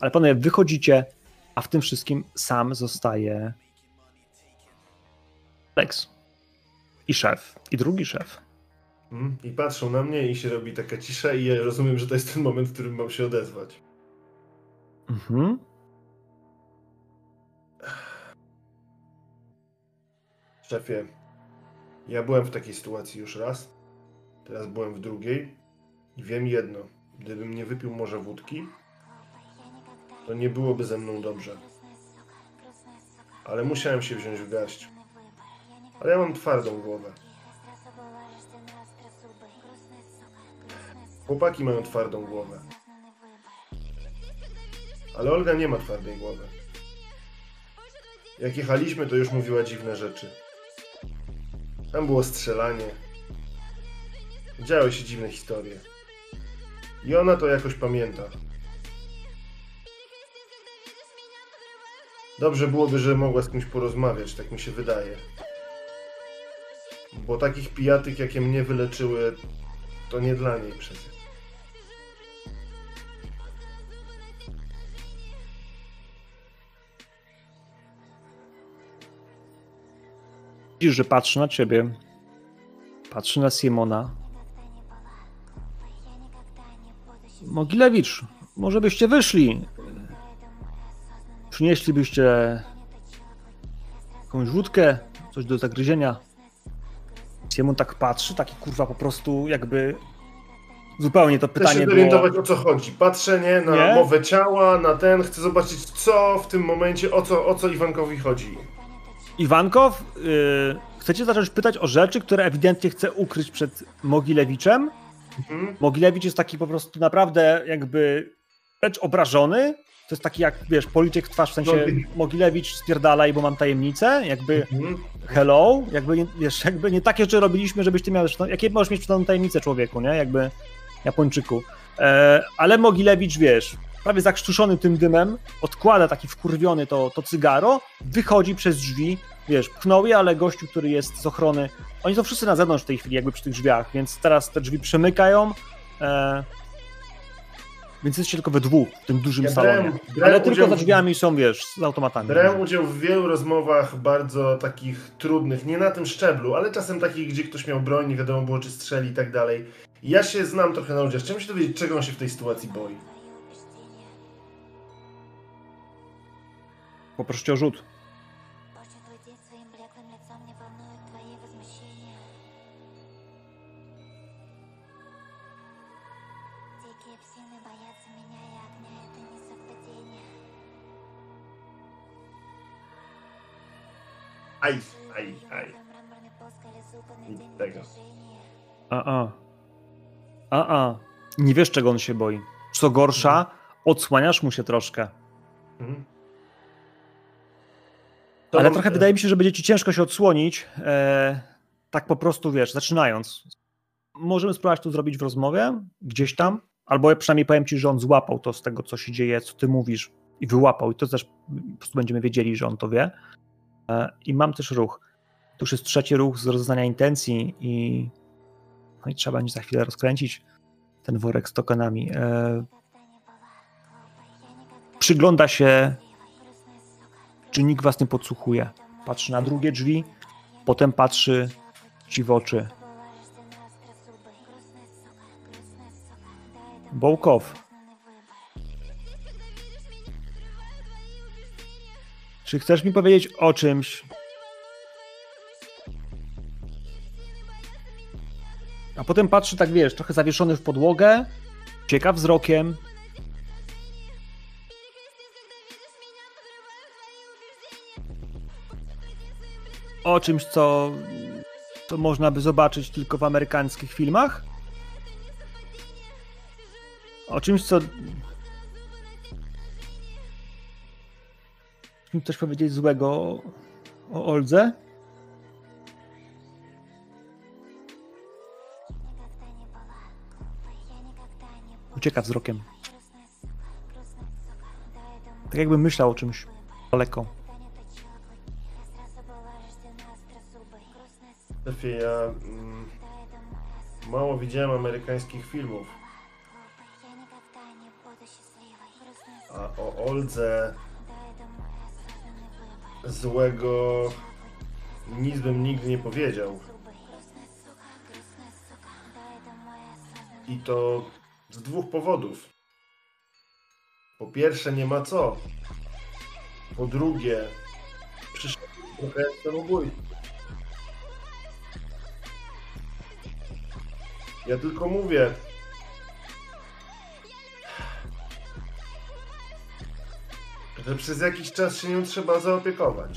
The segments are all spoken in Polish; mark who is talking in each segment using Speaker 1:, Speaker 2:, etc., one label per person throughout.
Speaker 1: Ale panowie, wychodzicie, a w tym wszystkim sam zostaje Alex i szef, i drugi szef.
Speaker 2: I patrzą na mnie i się robi taka cisza i ja rozumiem, że to jest ten moment, w którym mam się odezwać.
Speaker 1: Mhm.
Speaker 2: Szefie, ja byłem w takiej sytuacji już raz, teraz byłem w drugiej i wiem jedno, gdybym nie wypił może wódki, to nie byłoby ze mną dobrze. Ale musiałem się wziąć w garść. Ale ja mam twardą głowę. Chłopaki mają twardą głowę. Ale Olga nie ma twardej głowy. Jak jechaliśmy, to już mówiła dziwne rzeczy. Tam było strzelanie. Działy się dziwne historie. I ona to jakoś pamięta. Dobrze byłoby, że mogła z kimś porozmawiać, tak mi się wydaje. Bo takich pijatyk, jakie mnie wyleczyły, to nie dla niej przecież.
Speaker 1: Widzisz, że patrzy na ciebie, patrzy na Simona. Mogilewicz, może byście wyszli. Przynieślibyście jakąś wódkę, coś do zagryzienia. Simon tak patrzy, taki kurwa po prostu jakby zupełnie to pytanie
Speaker 2: Chcę się
Speaker 1: było...
Speaker 2: zorientować, o co chodzi. Patrzenie na mowę ciała, na ten. Chcę zobaczyć, co w tym momencie, o co Iwankowi chodzi.
Speaker 1: Iwankow, chcecie zacząć pytać o rzeczy, które ewidentnie chce ukryć przed Mogilewiczem. Mogilewicz jest taki po prostu naprawdę jakby wręcz obrażony. To jest taki jak, wiesz, policzek w twarz, w sensie Mogilewicz spierdalaj, bo mam tajemnicę, jakby hello, jakby, wiesz, jakby nie takie rzeczy robiliśmy, żebyś ty miał, jakie możesz mieć przed tajemnicę, człowieku, nie, jakby Japończyku. Ale Mogilewicz, wiesz, prawie zakrztuszony tym dymem, odkłada taki wkurwiony to cygaro, wychodzi przez drzwi, wiesz, pchnął je, ale gościu, który jest z ochrony, oni są wszyscy na zewnątrz w tej chwili, jakby przy tych drzwiach, więc teraz te drzwi przemykają, więc jesteście tylko we dwóch w tym dużym salonie. Ale tylko za drzwiami są, wiesz, z automatami.
Speaker 2: Brałem udział w wielu rozmowach bardzo takich trudnych, nie na tym szczeblu, ale czasem takich, gdzie ktoś miał broń, nie wiadomo było, czy strzeli i tak dalej. Ja się znam trochę na ludziach. Chciałem się dowiedzieć, czego on się w tej sytuacji boi.
Speaker 1: Poproszę cię o rzut.
Speaker 2: Aj. Nic tego.
Speaker 1: Nie wiesz, czego on się boi. Co gorsza, odsłaniasz mu się troszkę. Ale trochę wydaje mi się, że będzie ci ciężko się odsłonić. Tak po prostu, wiesz, zaczynając. Możemy spróbować to zrobić w rozmowie, gdzieś tam, albo przynajmniej powiem ci, że on złapał to z tego, co się dzieje, co ty mówisz i wyłapał i to też po prostu będziemy wiedzieli, że on to wie. I mam też ruch. To już jest trzeci ruch z rozeznania intencji i no i trzeba będzie za chwilę rozkręcić ten worek z tokenami. Przygląda się, czy nikt was nie podsłuchuje. Patrzy na drugie drzwi, potem patrzy ci w oczy. Bołkow. Czy chcesz mi powiedzieć o czymś? A potem patrzy tak, wiesz, trochę zawieszony w podłogę, ciekaw wzrokiem. O czymś, co można by zobaczyć tylko w amerykańskich filmach? O czymś, co... Chcesz powiedzieć złego o Oldze? Ucieka wzrokiem. Tak jakby myślał o czymś daleko.
Speaker 2: Szefie, ja mało widziałem amerykańskich filmów. A o Oldze złego nic bym nigdy nie powiedział. I to z 2 powodów. Po pierwsze, nie ma co. Po drugie, przyszedł trochę samobójstwo. Ja tylko mówię, że przez jakiś czas się nią trzeba zaopiekować.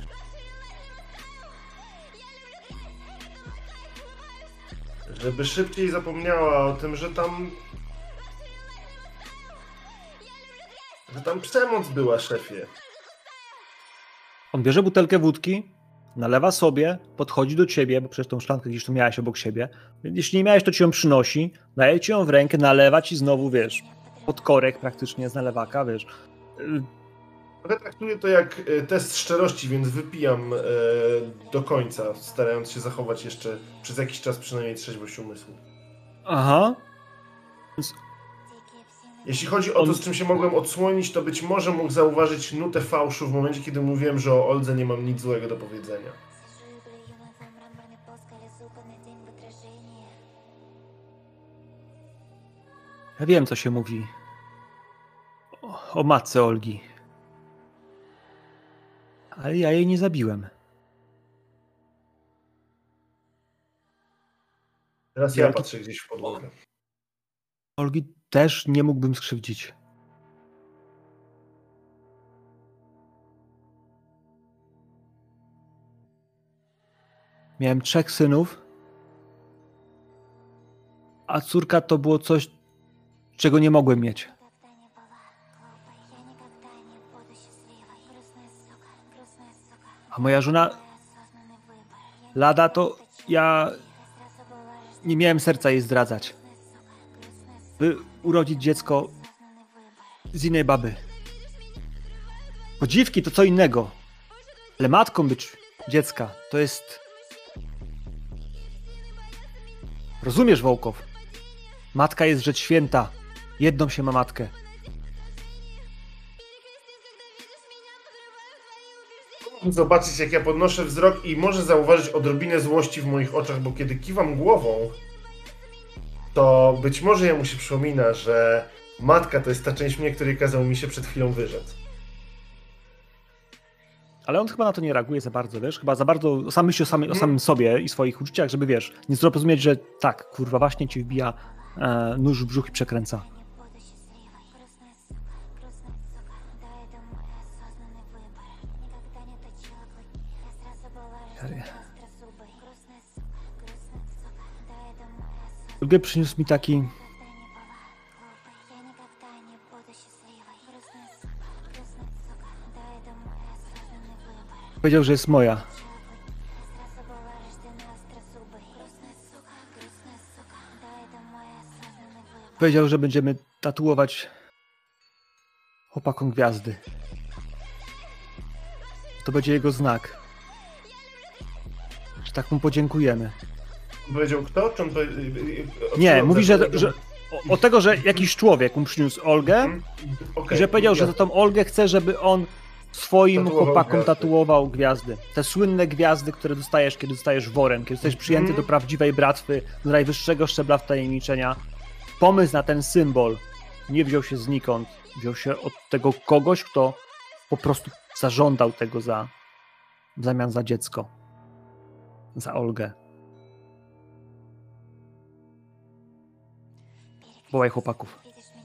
Speaker 2: Żeby szybciej zapomniała o tym, że tam przemoc była, szefie.
Speaker 1: On bierze butelkę wódki, nalewa sobie, podchodzi do ciebie, bo przecież tą szklankę gdzieś tu miałeś obok siebie. Jeśli nie miałeś, to ci ją przynosi, daje ci ją w rękę, nalewa ci znowu, wiesz, pod korek praktycznie z nalewaka, wiesz.
Speaker 2: Trochę traktuję to jak test szczerości, więc wypijam do końca, starając się zachować jeszcze przez jakiś czas przynajmniej trzeźwość umysłu.
Speaker 1: Aha.
Speaker 2: Jeśli chodzi o to, z czym się mogłem odsłonić, to być może mógł zauważyć nutę fałszu w momencie, kiedy mówiłem, że o Oldze nie mam nic złego do powiedzenia.
Speaker 1: Ja wiem, co się mówi o matce Olgi. Ale ja jej nie zabiłem.
Speaker 2: Teraz ja patrzę gdzieś w podłogę.
Speaker 1: Olgi też nie mógłbym skrzywdzić. Miałem 3 synów, a córka to było coś, czego nie mogłem mieć. A moja żona Lada, to ja nie miałem serca jej zdradzać. By urodzić dziecko z innej baby. Podziwki to co innego. Ale matką być dziecka to jest... Rozumiesz, Wołkow? Matka jest rzecz święta. Jedną się ma matkę.
Speaker 2: Zobaczyć, jak ja podnoszę wzrok i może zauważyć odrobinę złości w moich oczach, bo kiedy kiwam głową, to być może jemu się przypomina, że matka to jest ta część mnie, której kazał mi się przed chwilą wyrzec.
Speaker 1: Ale on chyba na to nie reaguje za bardzo, wiesz? Chyba za bardzo sam myśli o samym sobie i swoich uczuciach, żeby, wiesz, nie zrozumieć, że tak, kurwa, właśnie ci wbija nóż w brzuch i przekręca. Drugie przyniósł mi taki... Powiedział, że jest moja. Powiedział, że będziemy tatuować chłopakom gwiazdy. To będzie jego znak. Że tak mu podziękujemy.
Speaker 2: Powiedział kto? Czy on
Speaker 1: Nie, mówi, że o tego, że jakiś człowiek mu przyniósł Olgę i że powiedział, że za tą Olgę chce, żeby on swoim chłopakom tatuował gwiazdy. Te słynne gwiazdy, które dostajesz, kiedy dostajesz worem, kiedy zostajesz przyjęty do prawdziwej bractwy, do najwyższego szczebla wtajemniczenia. Pomysł na ten symbol nie wziął się znikąd. Wziął się od tego kogoś, kto po prostu zażądał tego w zamian za dziecko. Za Olgę. Wołaj chłopaków.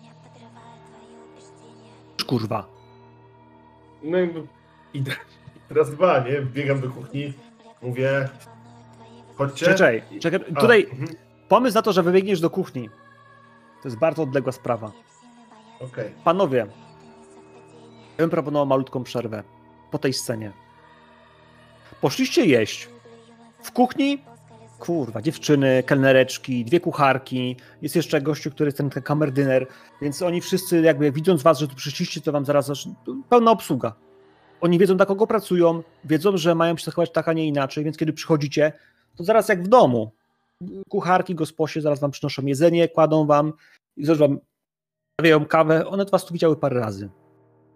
Speaker 1: Kurwa.
Speaker 2: No i teraz 2, nie? Biegam do kuchni, mówię, chodźcie.
Speaker 1: Czekaj. Tutaj pomysł na to, że wybiegniesz do kuchni, to jest bardzo odległa sprawa.
Speaker 2: Okay.
Speaker 1: Panowie, ja bym proponował malutką przerwę po tej scenie. Poszliście jeść. W kuchni, kurwa, dziewczyny, kelnereczki, 2 kucharki, jest jeszcze gościu, który jest ten kamerdyner, więc oni wszyscy jakby widząc was, że tu przyszliście, to wam zaraz pełna obsługa. Oni wiedzą, dla kogo pracują, wiedzą, że mają się zachować tak, a nie inaczej, więc kiedy przychodzicie, to zaraz jak w domu. Kucharki, gosposie zaraz wam przynoszą jedzenie, kładą wam i zaraz wam stawiają kawę. One was tu widziały parę razy.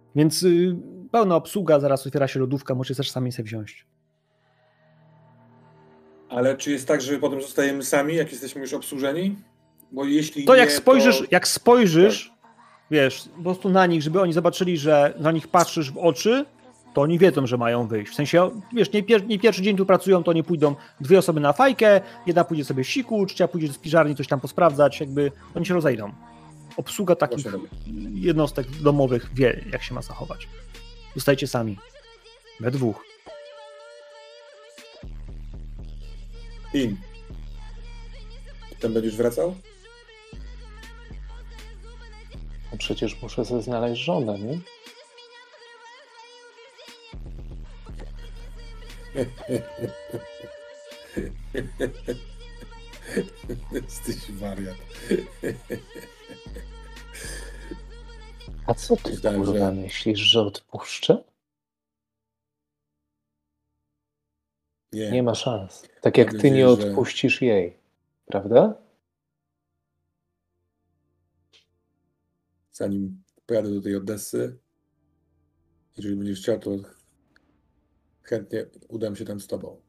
Speaker 1: Więc pełna obsługa, zaraz otwiera się lodówka, możecie też sami sobie wziąć.
Speaker 3: Ale czy jest tak, że potem zostajemy sami, jak jesteśmy już obsłużeni? Bo jeśli
Speaker 1: To
Speaker 3: nie,
Speaker 1: jak spojrzysz, wiesz, po prostu na nich, żeby oni zobaczyli, że na nich patrzysz w oczy, to oni wiedzą, że mają wyjść. W sensie, wiesz, nie pierwszy dzień tu pracują, to nie pójdą 2 osoby na fajkę, jedna pójdzie sobie siku, trzecia pójdzie do spiżarni coś tam posprawdzać, jakby oni się rozejdą. Obsługa takich jednostek domowych wie, jak się ma zachować. Zostajecie sami. We dwóch.
Speaker 3: In. Potem będziesz wracał?
Speaker 4: No przecież muszę sobie znaleźć żonę, nie?
Speaker 3: Jesteś wariat.
Speaker 4: A co ty, kurwa, myślisz, że odpuszczę? Nie ma szans. Tak jak ty nie odpuścisz jej. Prawda?
Speaker 3: Zanim pojadę do tej Odessy, jeżeli będziesz chciał, to chętnie udam się tam z tobą.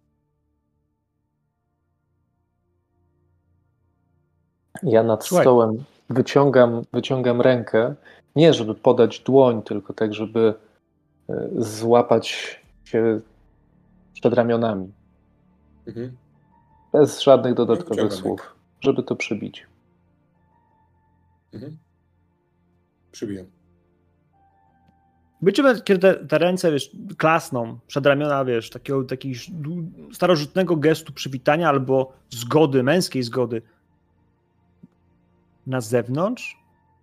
Speaker 4: Ja nad stołem wyciągam rękę, nie żeby podać dłoń, tylko tak, żeby złapać się przed ramionami.
Speaker 3: Mhm.
Speaker 4: Bez żadnych dodatkowych słów, żeby to przybić.
Speaker 3: Mhm. Przybijam.
Speaker 1: Wiecie, kiedy te ręce, wiesz, klasną przed ramiona, wiesz, takiego starożytnego gestu przywitania albo zgody, męskiej zgody. Na zewnątrz?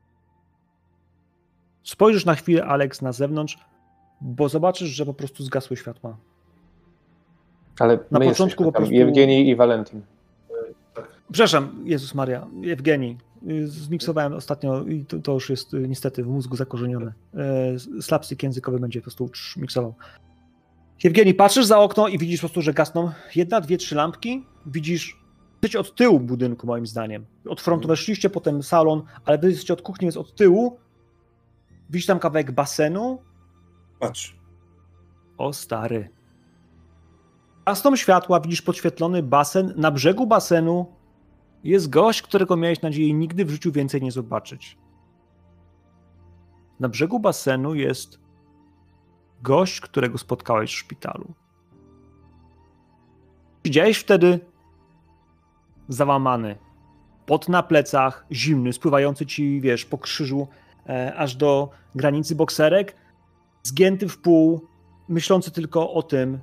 Speaker 1: Spojrzysz na chwilę, Alex, na zewnątrz, bo zobaczysz, że po prostu zgasły światła.
Speaker 4: Ale
Speaker 1: na początku po prostu...
Speaker 4: Jewgenii i Walentin.
Speaker 1: Przepraszam, Jezus Maria, Jewgenii. Zmiksowałem ostatnio i to już jest niestety w mózgu zakorzenione. Slapstick językowy będzie po prostu miksował. Jewgenii, patrzysz za okno i widzisz po prostu, że gasną 1, 2, 3 lampki. Widzisz od tyłu budynku, moim zdaniem. Od frontu weszliście, potem salon, ale wy jesteście od kuchni, więc od tyłu. Widzisz tam kawałek basenu.
Speaker 3: Patrz.
Speaker 1: O stary. Gasną światła, widzisz podświetlony basen. Na brzegu basenu jest gość, którego miałeś nadzieję nigdy w życiu więcej nie zobaczyć. Na brzegu basenu jest gość, którego spotkałeś w szpitalu. Widziałeś wtedy załamany, pot na plecach, zimny, spływający ci, wiesz, po krzyżu aż do granicy bokserek, zgięty w pół, myślący tylko o tym,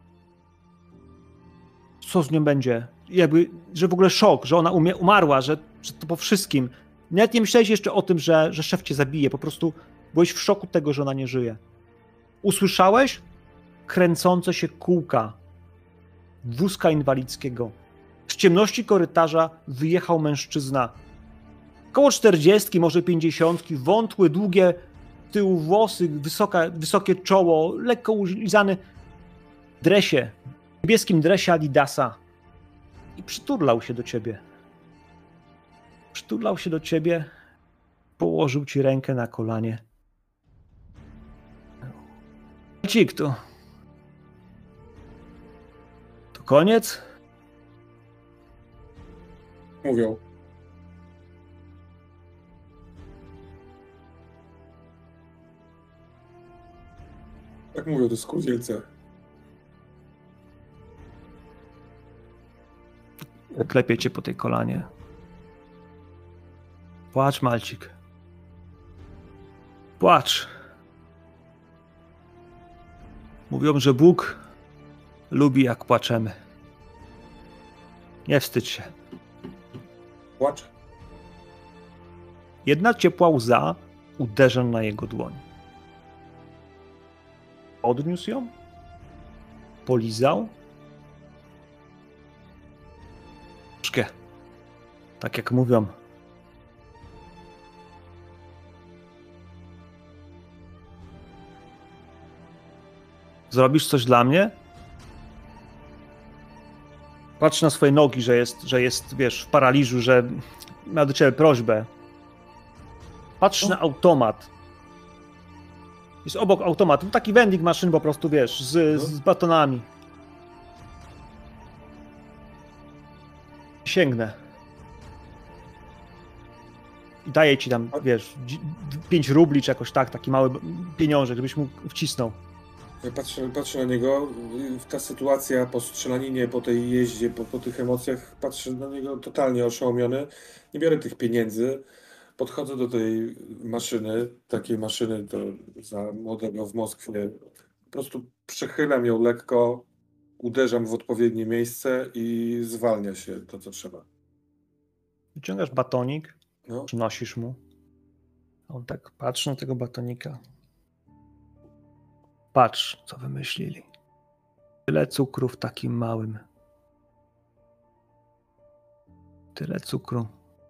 Speaker 1: co z nią będzie. Jakby, że w ogóle szok, że ona umarła, że to po wszystkim. Nawet nie myślałeś jeszcze o tym, że szef cię zabije, po prostu byłeś w szoku tego, że ona nie żyje. Usłyszałeś kręcące się kółka wózka inwalidzkiego. Z ciemności korytarza wyjechał mężczyzna. Koło 40, może 50, wątły, długie tyłu włosy, wysokie czoło, lekko ulizany w dresie, niebieskim dresie Adidasa. I przyturlał się do ciebie. Przyturlał się do ciebie, położył ci rękę na kolanie. Cik, to koniec?
Speaker 3: Mówią. Tak mówią, to skórdzielce.
Speaker 1: Klepie cię po tej kolanie. Płacz, malcik. Płacz. Mówią, że Bóg lubi, jak płaczemy. Nie wstydź się.
Speaker 3: Płacz.
Speaker 1: Jedna ciepła łza uderza na jego dłoń. Podniósł ją, polizał. Troszkę, tak jak mówią. Zrobisz coś dla mnie? Patrz na swoje nogi, że jest, wiesz, w paraliżu, że ma do ciebie prośbę. Patrz na automat. Jest obok automatu, taki vending machine po prostu, wiesz, z batonami. Sięgnę. I daję ci tam, wiesz, 5 rubli czy jakoś tak, taki mały pieniążek, żebyś mógł wcisnął.
Speaker 3: Ja patrzę na niego, ta sytuacja po strzelaninie, po tej jeździe, po tych emocjach, patrzę na niego totalnie oszołomiony. Nie biorę tych pieniędzy, podchodzę do tej maszyny, takiej maszyny to za młodego w Moskwie. Po prostu przechylam ją lekko, uderzam w odpowiednie miejsce i zwalnia się to, co trzeba.
Speaker 1: Wyciągasz batonik,
Speaker 3: No.
Speaker 1: przynosisz mu. On tak patrzy na tego batonika. Patrz, co wymyślili. Tyle cukru w takim małym. Tyle cukru.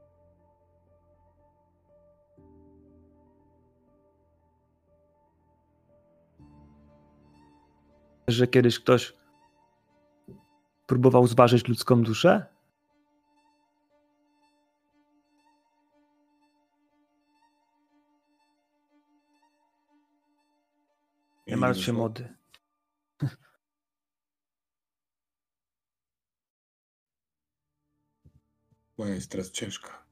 Speaker 1: Że kiedyś ktoś próbował zważyć ludzką duszę? Nie martw się, młody.
Speaker 3: Moja jest teraz ciężka.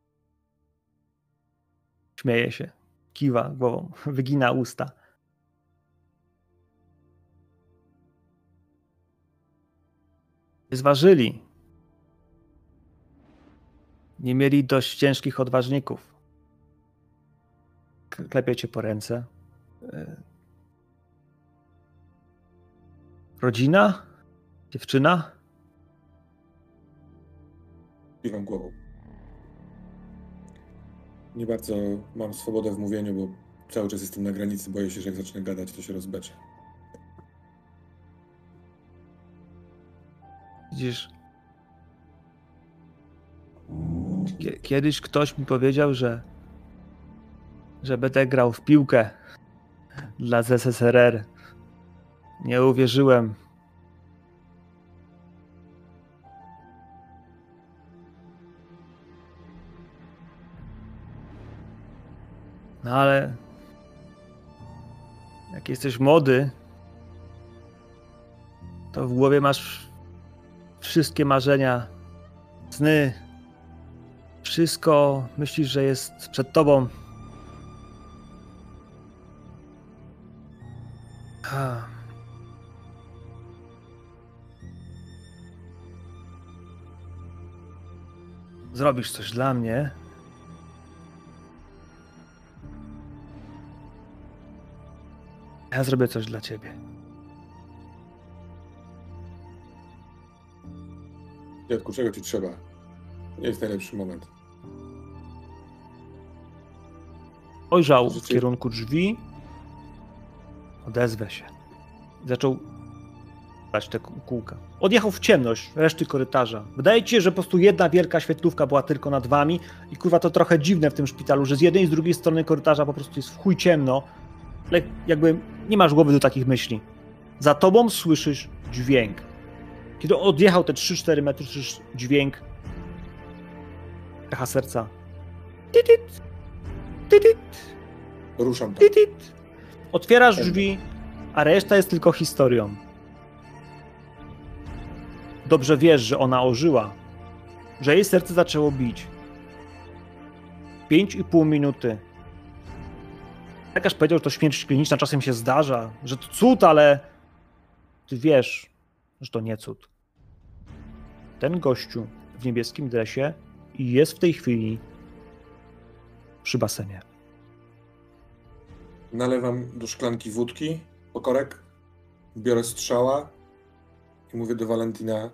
Speaker 1: Śmieje się, kiwa głową, wygina usta. Zważyli. Nie mieli dość ciężkich odważników. Klepie cię po ręce. Rodzina? Dziewczyna?
Speaker 3: Kiwam głową. Nie bardzo mam swobodę w mówieniu, bo cały czas jestem na granicy. Boję się, że jak zacznę gadać, to się rozbeczę.
Speaker 1: Widzisz, kiedyś ktoś mi powiedział, że będę grał w piłkę dla ZSRR. Nie uwierzyłem. No ale jak jesteś młody, to w głowie masz wszystkie marzenia, sny. Wszystko myślisz, że jest przed tobą. Zrobisz coś dla mnie. Ja zrobię coś dla ciebie.
Speaker 3: Dziadku, czego ci trzeba? Nie jest najlepszy moment.
Speaker 1: Ojrzał w kierunku drzwi. Odezwę się. Zaczął brać te kółka. Odjechał w ciemność reszty korytarza. Wydaje ci się, że po prostu jedna wielka świetlówka była tylko nad wami i kurwa to trochę dziwne w tym szpitalu, że z jednej i z drugiej strony korytarza po prostu jest w chuj ciemno, ale jakby nie masz głowy do takich myśli. Za tobą słyszysz dźwięk. Kiedy odjechał te 3-4 metry, słyszysz dźwięk echa serca. Titit, titit,
Speaker 3: Ruszam tam.
Speaker 1: titit. Otwierasz drzwi, a reszta jest tylko historią. Dobrze wiesz, że ona ożyła, że jej serce zaczęło bić. 5,5 minuty. Lekarz powiedział, że to śmierć kliniczna czasem się zdarza, że to cud, ale ty wiesz, że to nie cud. Ten gościu w niebieskim dresie jest w tej chwili przy basenie.
Speaker 3: Nalewam do szklanki wódki, pokorek, biorę strzała i mówię do Valentina: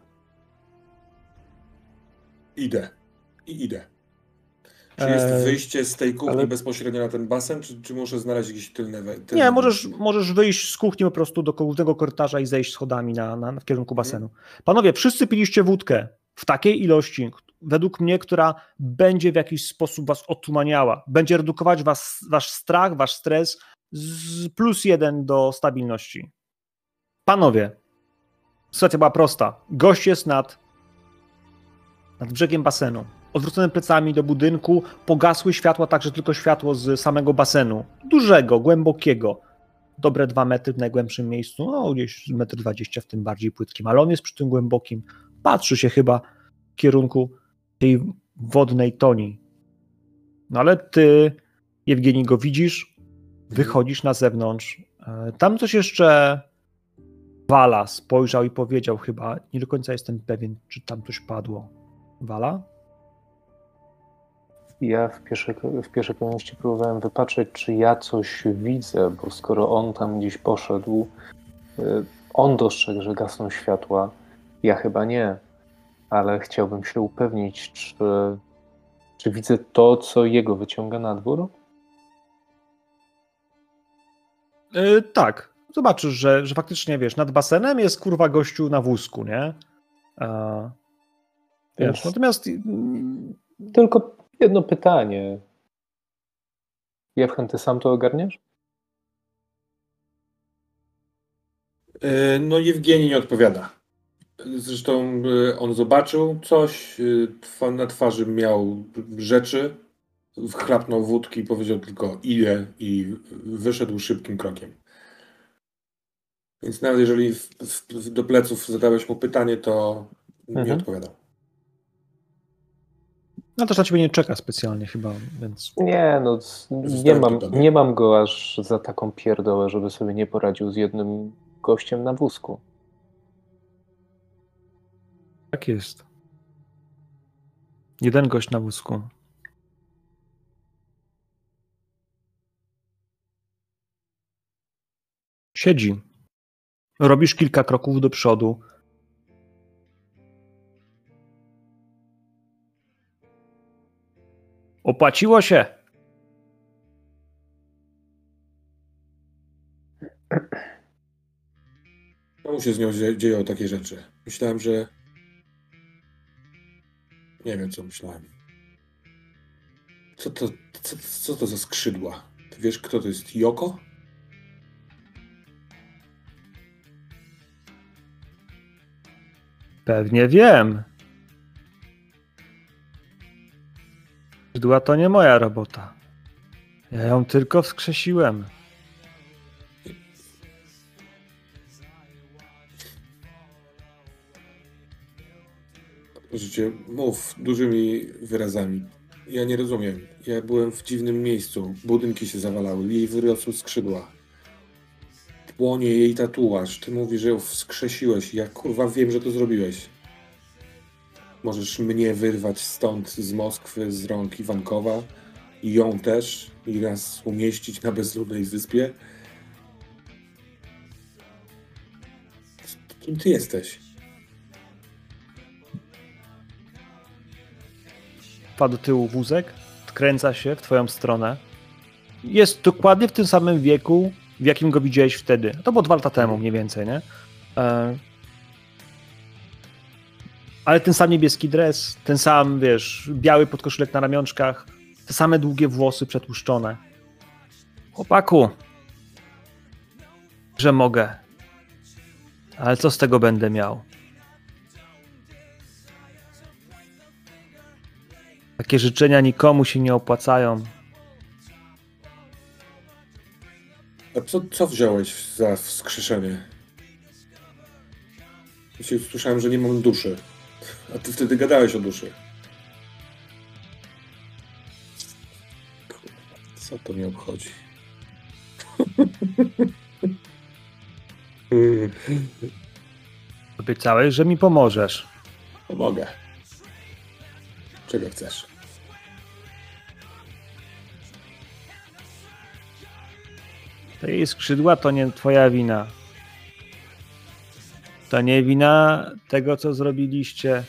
Speaker 3: idę. I idę. Czy jest wyjście z tej kuchni bezpośrednio na ten basen, czy muszę znaleźć jakieś tylne wejście?
Speaker 1: Nie, możesz wyjść z kuchni po prostu do głównego korytarza i zejść schodami w kierunku basenu. Panowie, wszyscy piliście wódkę w takiej ilości, według mnie, która będzie w jakiś sposób was otumaniała. Będzie redukować wasz strach, wasz stres z +1 do stabilności. Panowie, sytuacja była prosta. Gość jest nad brzegiem basenu. Odwrócony plecami do budynku, pogasły światła, także tylko światło z samego basenu. Dużego, głębokiego. dobre 2 metry w najgłębszym miejscu, no gdzieś 1,20 m w tym bardziej płytkim, ale on jest przy tym głębokim. Patrzy się chyba w kierunku tej wodnej toni. No ale ty, Jewgeni, go widzisz, wychodzisz na zewnątrz. Tam coś jeszcze Wala spojrzał i powiedział chyba, nie do końca jestem pewien, czy tam coś padło. Wala?
Speaker 4: Ja w pierwszej kolejności próbowałem wypatrzeć, czy ja coś widzę, bo skoro on tam gdzieś poszedł, on dostrzegł, że gasną światła, ja chyba nie, ale chciałbym się upewnić, czy widzę to, co jego wyciąga na dwór?
Speaker 1: Tak. Zobaczysz, że faktycznie, wiesz, nad basenem jest kurwa gościu na wózku, nie? Wiesz, natomiast...
Speaker 4: Tylko jedno pytanie. Jewchen, ty sam to ogarniesz?
Speaker 3: No Jewgeni nie odpowiada. Zresztą on zobaczył coś, na twarzy miał rzeczy, chlapnął wódki, powiedział tylko idę i wyszedł szybkim krokiem. Więc nawet jeżeli do pleców zadałeś mu pytanie, to nie odpowiadał.
Speaker 1: No też na ciebie nie czeka specjalnie chyba, więc...
Speaker 4: Nie, no nie mam go aż za taką pierdołę, żeby sobie nie poradził z jednym gościem na wózku.
Speaker 1: Tak jest. Jeden gość na wózku. Siedzi. Robisz kilka kroków do przodu. Opłaciło się.
Speaker 3: Czemu się z nią dzieją takie rzeczy? Myślałem, że... Nie wiem, co myślałem. Co to za skrzydła? Ty wiesz, kto to jest? Yoko?
Speaker 1: Pewnie wiem. Skrzydła to nie moja robota. Ja ją tylko wskrzesiłem.
Speaker 3: Życie, mów dużymi wyrazami. Ja nie rozumiem. Ja byłem w dziwnym miejscu. Budynki się zawalały. Jej wyrosły skrzydła. Płonie jej tatuaż. Ty mówisz, że ją wskrzesiłeś. Ja kurwa wiem, że to zrobiłeś. Możesz mnie wyrwać stąd z Moskwy, z rąk Iwankowa i ją też i nas umieścić na bezludnej wyspie. Kim ty jesteś?
Speaker 1: Wpadł do tyłu wózek, kręca się w twoją stronę. Jest dokładnie w tym samym wieku, w jakim go widziałeś wtedy. To było 2 lata temu mniej więcej, nie? Ale ten sam niebieski dres, ten sam, wiesz, biały podkoszulek na ramionczkach, te same długie włosy przetłuszczone. Chłopaku, że mogę. Ale co z tego będę miał? Takie życzenia nikomu się nie opłacają.
Speaker 3: A co wziąłeś za wskrzeszenie? Słyszałem, że nie mam duszy. A ty wtedy gadałeś o duszy. Co to mnie obchodzi?
Speaker 1: Obiecałeś, że mi pomożesz.
Speaker 3: Pomogę. Czego chcesz?
Speaker 1: Te jej skrzydła to nie twoja wina. To nie wina tego, co zrobiliście.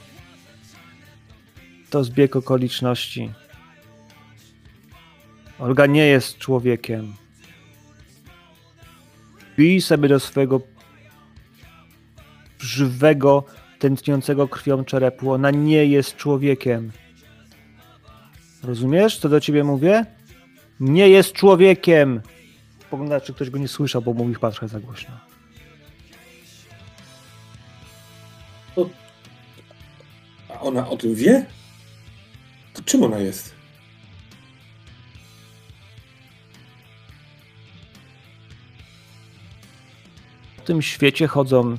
Speaker 1: To zbieg okoliczności. Olga nie jest człowiekiem. Bij sobie do swojego żywego, tętniącego krwią czerepu. Ona nie jest człowiekiem. Rozumiesz, co do ciebie mówię? Nie jest człowiekiem. Poglądaj, czy ktoś go nie słyszał, bo mówił patrzeć za głośno.
Speaker 3: A ona o tym wie? To czym ona jest?
Speaker 1: W tym świecie chodzą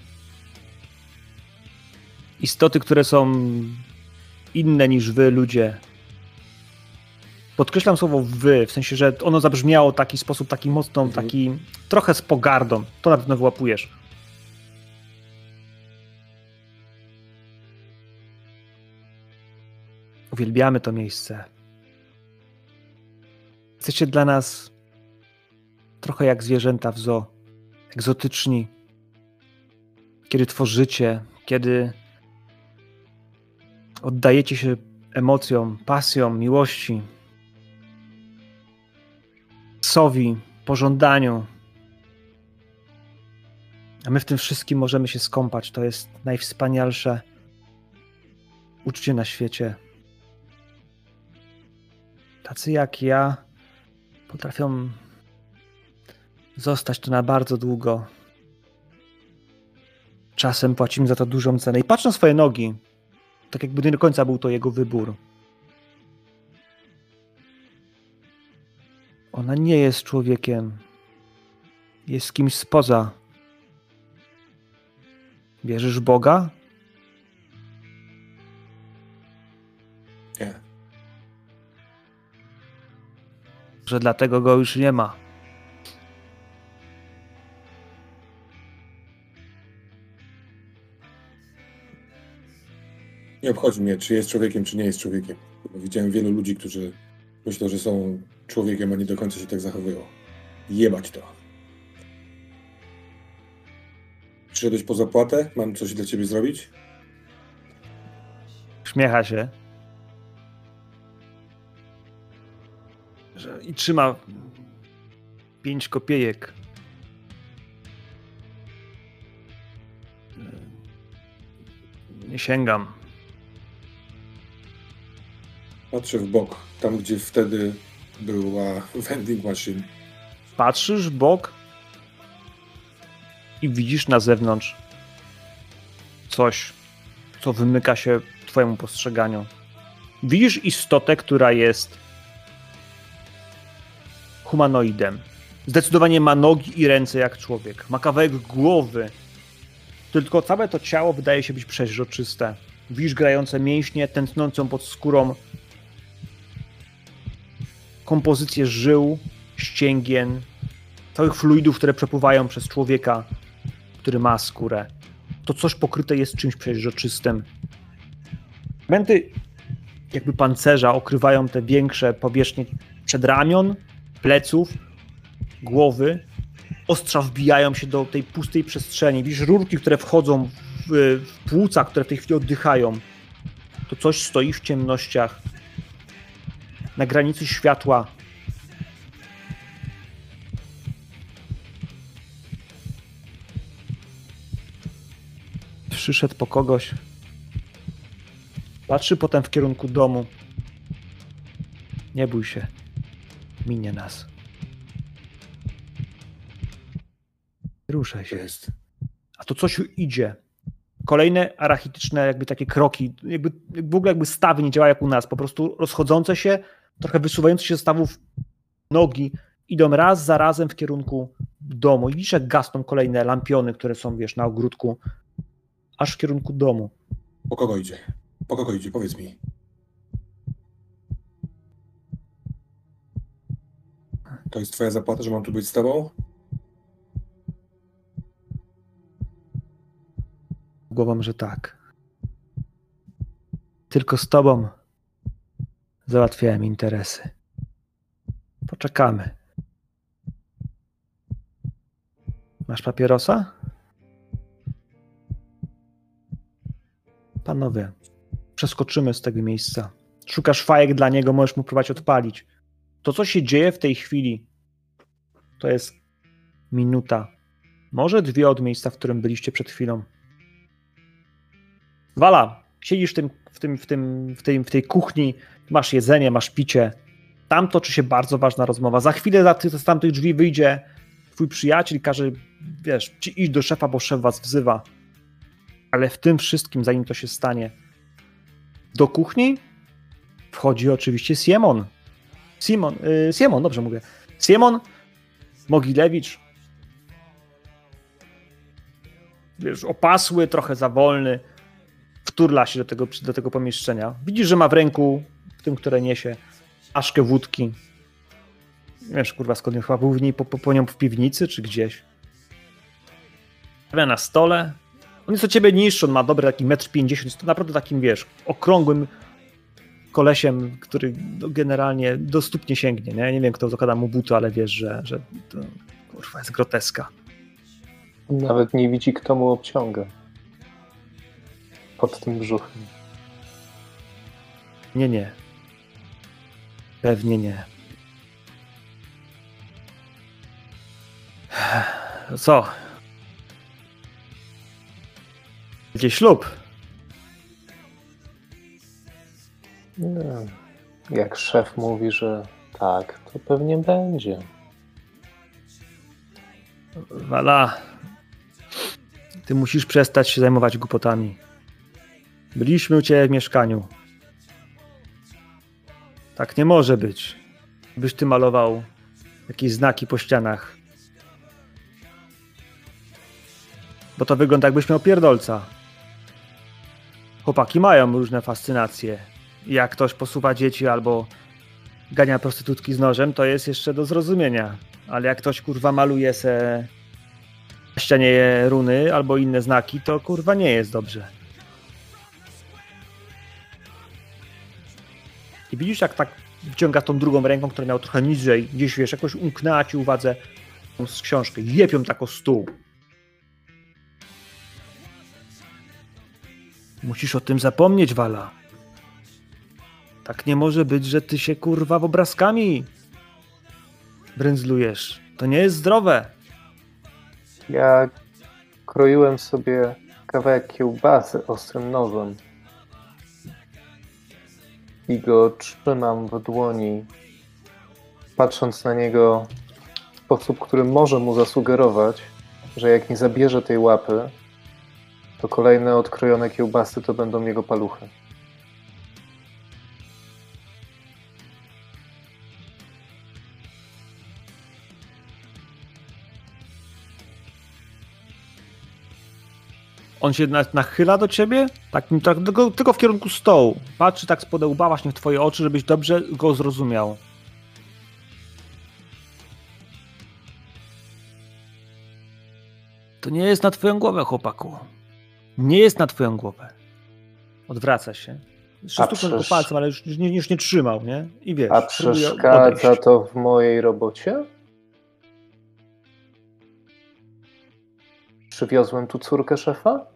Speaker 1: istoty, które są inne niż wy, ludzie. Podkreślam słowo wy, w sensie, że ono zabrzmiało w taki sposób, taki mocno, taki trochę z pogardą. To na pewno wyłapujesz. Uwielbiamy to miejsce. Jesteście dla nas trochę jak zwierzęta w zoo. Egzotyczni. Kiedy tworzycie, kiedy oddajecie się emocjom, pasjom, miłości, sowi, pożądaniu. A my w tym wszystkim możemy się skąpać. To jest najwspanialsze uczucie na świecie. Tacy jak ja potrafią zostać tu na bardzo długo. Czasem płacimy za to dużą cenę. I patrz na swoje nogi. Tak jakby nie do końca był to jego wybór. Ona nie jest człowiekiem. Jest kimś spoza. Wierzysz w Boga?
Speaker 3: Nie.
Speaker 1: Że dlatego go już nie ma.
Speaker 3: Nie obchodzi mnie, czy jest człowiekiem, czy nie jest człowiekiem. Bo widziałem wielu ludzi, którzy myślą, że są człowiekiem, a nie do końca się tak zachowują. Jebać to. Przyszedłeś po zapłatę? Mam coś dla ciebie zrobić?
Speaker 1: Uśmiecha się. I trzyma 5 kopiejek. Nie sięgam.
Speaker 3: Patrzę w bok, tam gdzie wtedy była vending machine.
Speaker 1: Patrzysz w bok i widzisz na zewnątrz coś, co wymyka się twojemu postrzeganiu. Widzisz istotę, która jest humanoidem. Zdecydowanie ma nogi i ręce jak człowiek. Ma kawałek głowy. Tylko całe to ciało wydaje się być przeźroczyste. Widzisz grające mięśnie, tętnącą pod skórą kompozycję żył, ścięgien, całych fluidów, które przepływają przez człowieka, który ma skórę. To coś pokryte jest czymś przeźroczystym. Fragmenty jakby pancerza okrywają te większe powierzchnie przedramion, pleców, głowy. Ostrza wbijają się do tej pustej przestrzeni. Widzisz rurki, które wchodzą w płuca, które w tej chwili oddychają. To coś stoi w ciemnościach. Na granicy światła. Przyszedł po kogoś. Patrzy potem w kierunku domu. Nie bój się. Minie nas. Ruszaj się.
Speaker 3: Jest.
Speaker 1: A to coś idzie. Kolejne arachityczne jakby takie kroki. W ogóle jakby stawy nie działają jak u nas. Po prostu rozchodzące się, trochę wysuwające się ze stawów nogi idą raz za razem w kierunku domu. I widzisz, jak gasną kolejne lampiony, które są, wiesz, na ogródku. Aż w kierunku domu.
Speaker 3: Po kogo idzie? Po kogo idzie? Powiedz mi. To jest twoja zapłata, że mam tu być z tobą?
Speaker 1: Głową, że tak. Tylko z tobą załatwiałem interesy. Poczekamy. Masz papierosa? Panowie, przeskoczymy z tego miejsca. Szukasz fajek dla niego, możesz mu próbować odpalić. To, co się dzieje w tej chwili, to jest minuta, może 2 od miejsca, w którym byliście przed chwilą. Wala, siedzisz w tej kuchni, masz jedzenie, masz picie. Tam toczy się bardzo ważna rozmowa. Za chwilę z tamtych drzwi wyjdzie twój przyjaciel i każe, wiesz, ci iść do szefa, bo szef was wzywa. Ale w tym wszystkim, zanim to się stanie, do kuchni wchodzi oczywiście Siemon. Siemon, dobrze mówię. Siemon Mogilewicz. wiesz, opasły, trochę za wolny. Wturla się do tego pomieszczenia. Widzisz, że ma w ręku, w tym, które niesie, flaszkę wódki. Nie wiesz, kurwa, skąd chyba był w niej po nią w piwnicy, czy gdzieś. Stawia na stole. On jest o ciebie niższy, on ma dobry taki 1,50 m, jest to naprawdę takim, wiesz, okrągłym kolesiem, który generalnie do stóp nie sięgnie, nie? Nie wiem, kto zakłada mu buty, ale wiesz, że to, kurwa, jest groteska.
Speaker 4: Nawet nie widzi, kto mu obciąga. Pod tym brzuchem.
Speaker 1: Nie. Pewnie nie. Co? Gdzie ślub?
Speaker 4: Nie. Jak szef mówi, że tak, to pewnie będzie.
Speaker 1: Wala, ty musisz przestać się zajmować głupotami. Byliśmy u ciebie w mieszkaniu. Tak nie może być. Byś ty malował jakieś znaki po ścianach. Bo to wygląda, jakbyś miał pierdolca. Chłopaki mają różne fascynacje. Jak ktoś posuwa dzieci albo gania prostytutki z nożem, to jest jeszcze do zrozumienia. Ale jak ktoś, kurwa, maluje se na ścianie runy albo inne znaki, to, kurwa, nie jest dobrze. I widzisz, jak tak wyciąga tą drugą ręką, która miała trochę niżej, gdzieś, wiesz, jakoś umknęła ci uwadze z książkę. Jepią tak o stół. Musisz o tym zapomnieć, Wala. Tak nie może być, że ty się, kurwa, obrazkami brędzlujesz. To nie jest zdrowe.
Speaker 4: Ja kroiłem sobie kawałek kiełbasy ostrym nożem i go trzymam w dłoni, patrząc na niego w sposób, który może mu zasugerować, że jak nie zabierze tej łapy, to kolejne odkrojone kiełbasy to będą jego paluchy.
Speaker 1: On się nachyla do ciebie, tak tylko w kierunku stołu. Patrzy tak spod łba właśnie w twoje oczy, żebyś dobrze go zrozumiał. To nie jest na twoją głowę, chłopaku. Nie jest na twoją głowę. Odwraca się. Jeszcze stuknął tylko palcem, ale już nie trzymał, nie? I wiesz,
Speaker 4: a przeszkadza to w mojej robocie? Przywiozłem tu córkę szefa?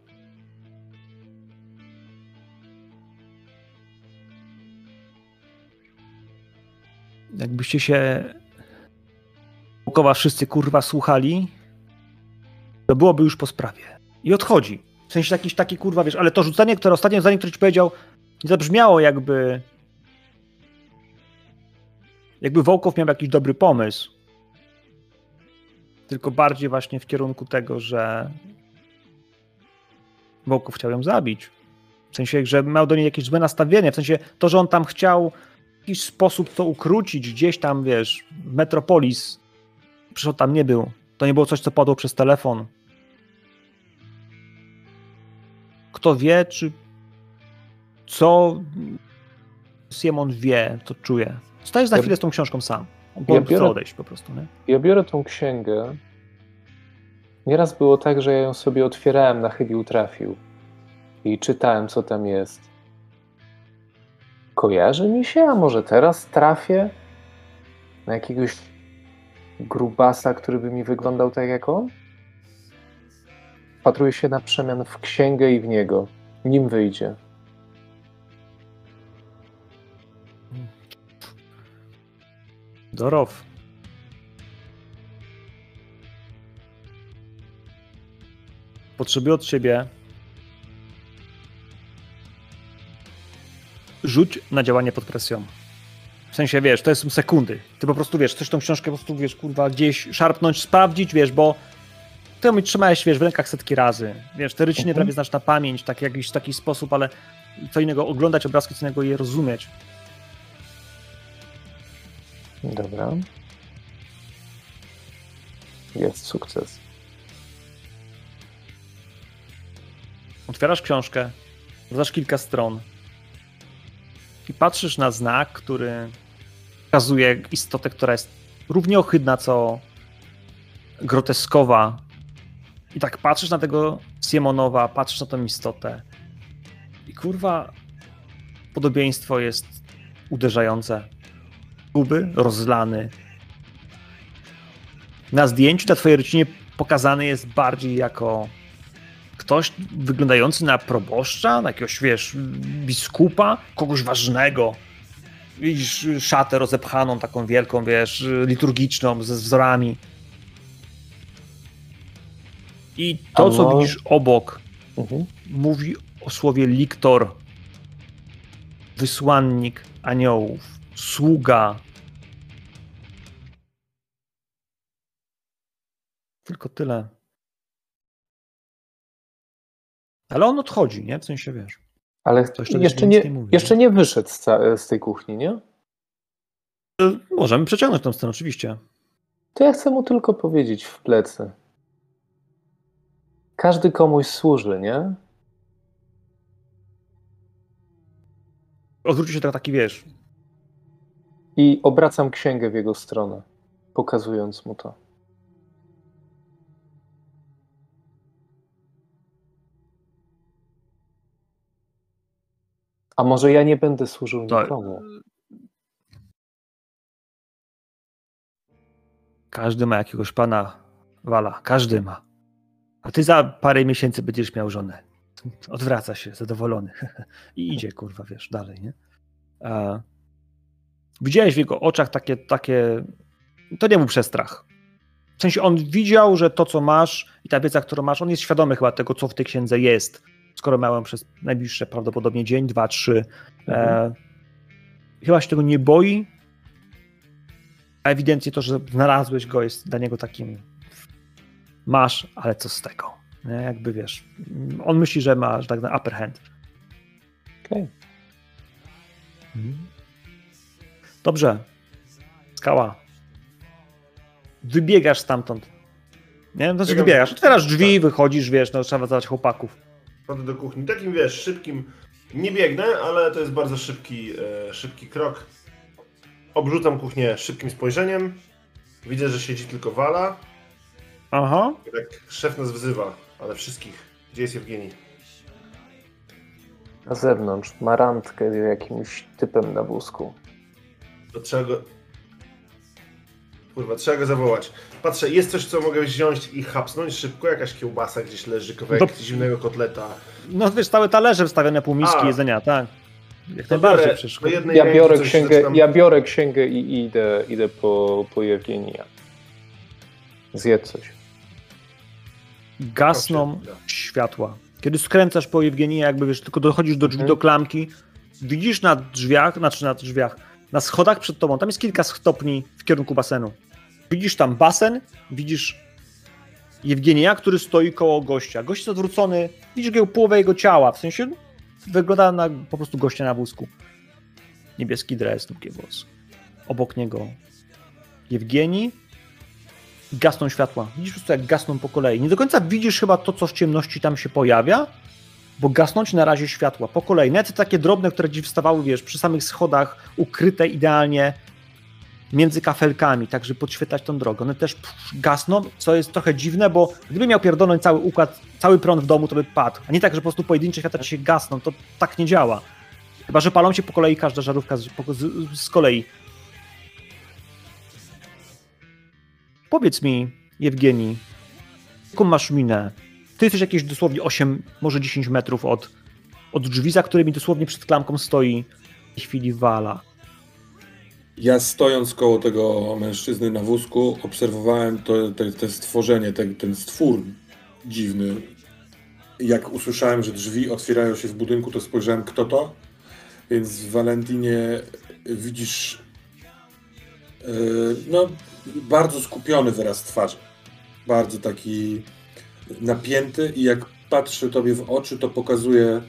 Speaker 1: Jakbyście się dookoła wszyscy, kurwa, słuchali, to byłoby już po sprawie. I odchodzi. W sensie jakiś taki, kurwa, wiesz, ale to rzucenie, ostatnie zdanie, które ci powiedział, nie zabrzmiało jakby Wołkow miał jakiś dobry pomysł. Tylko bardziej właśnie w kierunku tego, że Wołkow chciał ją zabić. W sensie, że miał do niej jakieś złe nastawienie. W sensie to, że on tam chciał w jakiś sposób to ukrócić gdzieś tam, wiesz, w Metropolis. Przecież on tam nie był. To nie było coś, co padło przez telefon. Kto wie, czy co Simon wie, to czuje. Stajesz za chwilę z tą książką sam. On chce odejść po prostu, nie?
Speaker 4: Ja biorę tą księgę. Nieraz było tak, że ja ją sobie otwierałem na chybił trafił i czytałem, co tam jest. Kojarzy mi się, a może teraz trafię na jakiegoś grubasa, który by mi wyglądał tak jak on? Wpatruję się na przemian w księgę i w niego, nim wyjdzie.
Speaker 1: Dorow. Potrzebuję od ciebie rzuć na działanie pod presją. W sensie, wiesz, to są sekundy. Ty po prostu, wiesz, chcesz tą książkę po prostu, wiesz, kurwa, gdzieś szarpnąć, sprawdzić, wiesz, bo ty ją trzymałeś, wiesz, w rękach setki razy. Wiesz, teoretycznie prawie znasz na pamięć, tak, jakiś taki sposób, ale co innego oglądać obrazki, co innego je rozumieć.
Speaker 4: Dobra. Jest sukces.
Speaker 1: Otwierasz książkę, zadasz kilka stron i patrzysz na znak, który pokazuje istotę, która jest równie ohydna, co groteskowa. I tak patrzysz na tego Siemonowa, patrzysz na tą istotę i kurwa podobieństwo jest uderzające. Guby rozlany. Na zdjęciu na twojej rodzinie pokazany jest bardziej jako ktoś wyglądający na proboszcza, na jakiegoś, wiesz, biskupa, kogoś ważnego. Widzisz szatę rozepchaną, taką wielką, wiesz, liturgiczną, ze wzorami. I to, co widzisz obok, mówi o słowie liktor, wysłannik aniołów, sługa. Tylko tyle. Ale on odchodzi, nie? W sensie, wiesz.
Speaker 4: Ale jeszcze nie wyszedł z tej kuchni, nie?
Speaker 1: Możemy przeciągnąć tą scenę, oczywiście.
Speaker 4: To ja chcę mu tylko powiedzieć w plecy. Każdy komuś służy, nie?
Speaker 1: Odwróci się taki, wiesz.
Speaker 4: I obracam księgę w jego stronę, pokazując mu to. A może ja nie będę służył nikomu?
Speaker 1: Każdy ma jakiegoś pana, Wala. Każdy ma. A ty za parę miesięcy będziesz miał żonę. Odwraca się, zadowolony. I idzie, kurwa, wiesz, dalej, nie? Widziałeś w jego oczach takie... To nie był przestrach. W sensie on widział, że to, co masz i ta wiedza, którą masz, on jest świadomy chyba tego, co w tej księdze jest. Skoro miałem przez najbliższe prawdopodobnie dzień, 2, 3. Chyba się tego nie boi. A ewidentnie to, że znalazłeś go, jest dla niego takim masz, ale co z tego? Nie? Jakby wiesz, on myśli, że ma tak na upper hand.
Speaker 4: Okej.
Speaker 1: Dobrze. Skała. Wybiegasz stamtąd. Nie? Znaczy wybiegasz. Otwierasz drzwi, wychodzisz, wiesz, no trzeba zadać chłopaków.
Speaker 2: Wchodzę do kuchni. Takim, wiesz, szybkim... Nie biegnę, ale to jest bardzo szybki krok. Obrzucam kuchnię szybkim spojrzeniem. Widzę, że siedzi tylko Wala.
Speaker 1: Aha.
Speaker 2: Tak, szef nas wzywa, ale wszystkich. Gdzie jest Jewgenij?
Speaker 4: Na zewnątrz. Ma randkę z jakimś typem na wózku.
Speaker 2: To trzeba go... Kurwa, trzeba go zawołać. Patrzę, jest coś, co mogę wziąć i chapsnąć szybko? Jakaś kiełbasa gdzieś leży, kawałek zimnego kotleta.
Speaker 1: No wiesz, całe talerze wstawione, pół miski jedzenia, tak. Jak najbardziej przecież.
Speaker 4: Ja biorę księgę i idę po Jewgenija. Zjedz coś.
Speaker 1: Gasną światła. Kiedy skręcasz po Jewgenija, jakby wiesz, tylko dochodzisz do drzwi, do klamki, widzisz na drzwiach, na schodach przed tobą, tam jest kilka stopni w kierunku basenu. Widzisz tam basen, widzisz Jewgenija, który stoi koło gościa. Gość jest odwrócony, widzisz połowę jego ciała, w sensie wygląda na po prostu gościa na wózku. Niebieski dres, długie włosy. Obok niego Jewgenij. Gasną światła. Widzisz po prostu, jak gasną po kolei. Nie do końca widzisz chyba to, co w ciemności tam się pojawia, bo gasną ci na razie światła po kolei. Nawet takie drobne, które ci wstawały, wiesz, przy samych schodach, ukryte idealnie między kafelkami, tak żeby podświetlać tą drogę. One też gasną, co jest trochę dziwne, bo gdyby miał pierdolnąć cały układ, cały prąd w domu, to by padł. A nie tak, że po prostu pojedyncze światła ci się gasną. To tak nie działa. Chyba że palą się po kolei każda żarówka z kolei. Powiedz mi, Jewgenij, jaką masz minę? Ty jesteś jakieś dosłownie 8, może 10 metrów od drzwi, za którymi dosłownie przed klamką stoi w tej chwili Wala.
Speaker 3: Ja stojąc koło tego mężczyzny na wózku obserwowałem to stworzenie, ten stwór dziwny. Jak usłyszałem, że drzwi otwierają się w budynku, to spojrzałem, kto to. Więc w Valentinie widzisz bardzo skupiony wyraz twarzy. Bardzo taki napięty i jak patrzę tobie w oczy, to pokazuje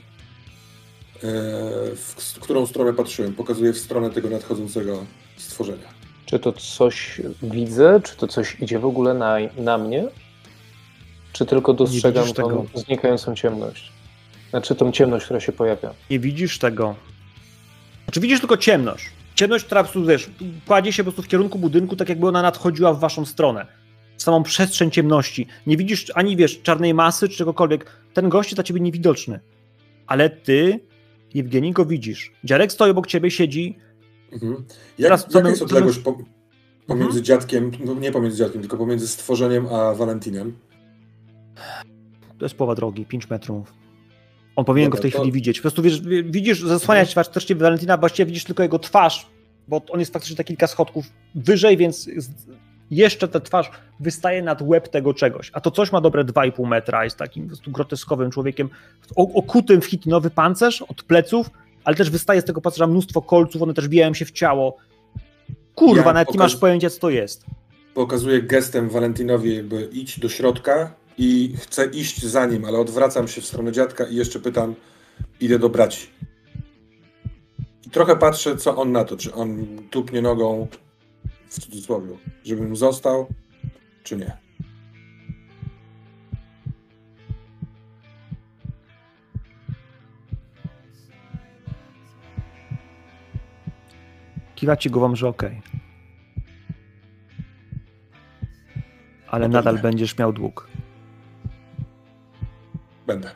Speaker 3: w którą stronę patrzyłem. Pokazuje w stronę tego nadchodzącego stworzenia.
Speaker 4: Czy to coś widzę? Czy to coś idzie w ogóle na mnie? Czy tylko dostrzegam tą znikającą ciemność? Znaczy tą ciemność, która się pojawia.
Speaker 1: Nie widzisz tego. Znaczy widzisz tylko ciemność. Ciemność, która po prostu, wiesz, kładzie się po prostu w kierunku budynku, tak jakby ona nadchodziła w waszą stronę. W samą przestrzeń ciemności. Nie widzisz ani, wiesz, czarnej masy czy czegokolwiek. Ten gość jest dla ciebie niewidoczny. Ale ty, Jewgenii, go widzisz. Dziarek stoi obok ciebie, siedzi.
Speaker 3: Jaka jest odległość pomiędzy dziadkiem, no nie pomiędzy dziadkiem, tylko pomiędzy stworzeniem a Valentinem?
Speaker 1: To jest połowa drogi, 5 metrów. On powinien go w tej chwili widzieć. Po prostu widzisz, zasłaniać twarz też Valentina, bo właściwie widzisz tylko jego twarz, bo on jest faktycznie te kilka schodków wyżej, więc jeszcze ta twarz wystaje nad łeb tego czegoś. A to coś ma dobre 2,5 metra, jest takim po prostu groteskowym człowiekiem, okutym w chitinowy pancerz od pleców, ale też wystaje z tego pancerza mnóstwo kolców, one też bijają się w ciało. Kurwa, nawet nie masz pojęcia, co to jest.
Speaker 3: Pokazuję gestem Valentinowi, jakby idź do środka i chcę iść za nim, ale odwracam się w stronę dziadka i jeszcze pytam, idę do braci. I trochę patrzę, co on na to, czy on tupnie nogą, w cudzysłowie, żebym został, czy nie.
Speaker 1: Kiwacie głową, że okej. Ale
Speaker 3: No to
Speaker 1: nadal
Speaker 3: nie.
Speaker 1: będziesz miał dług.
Speaker 3: Będę.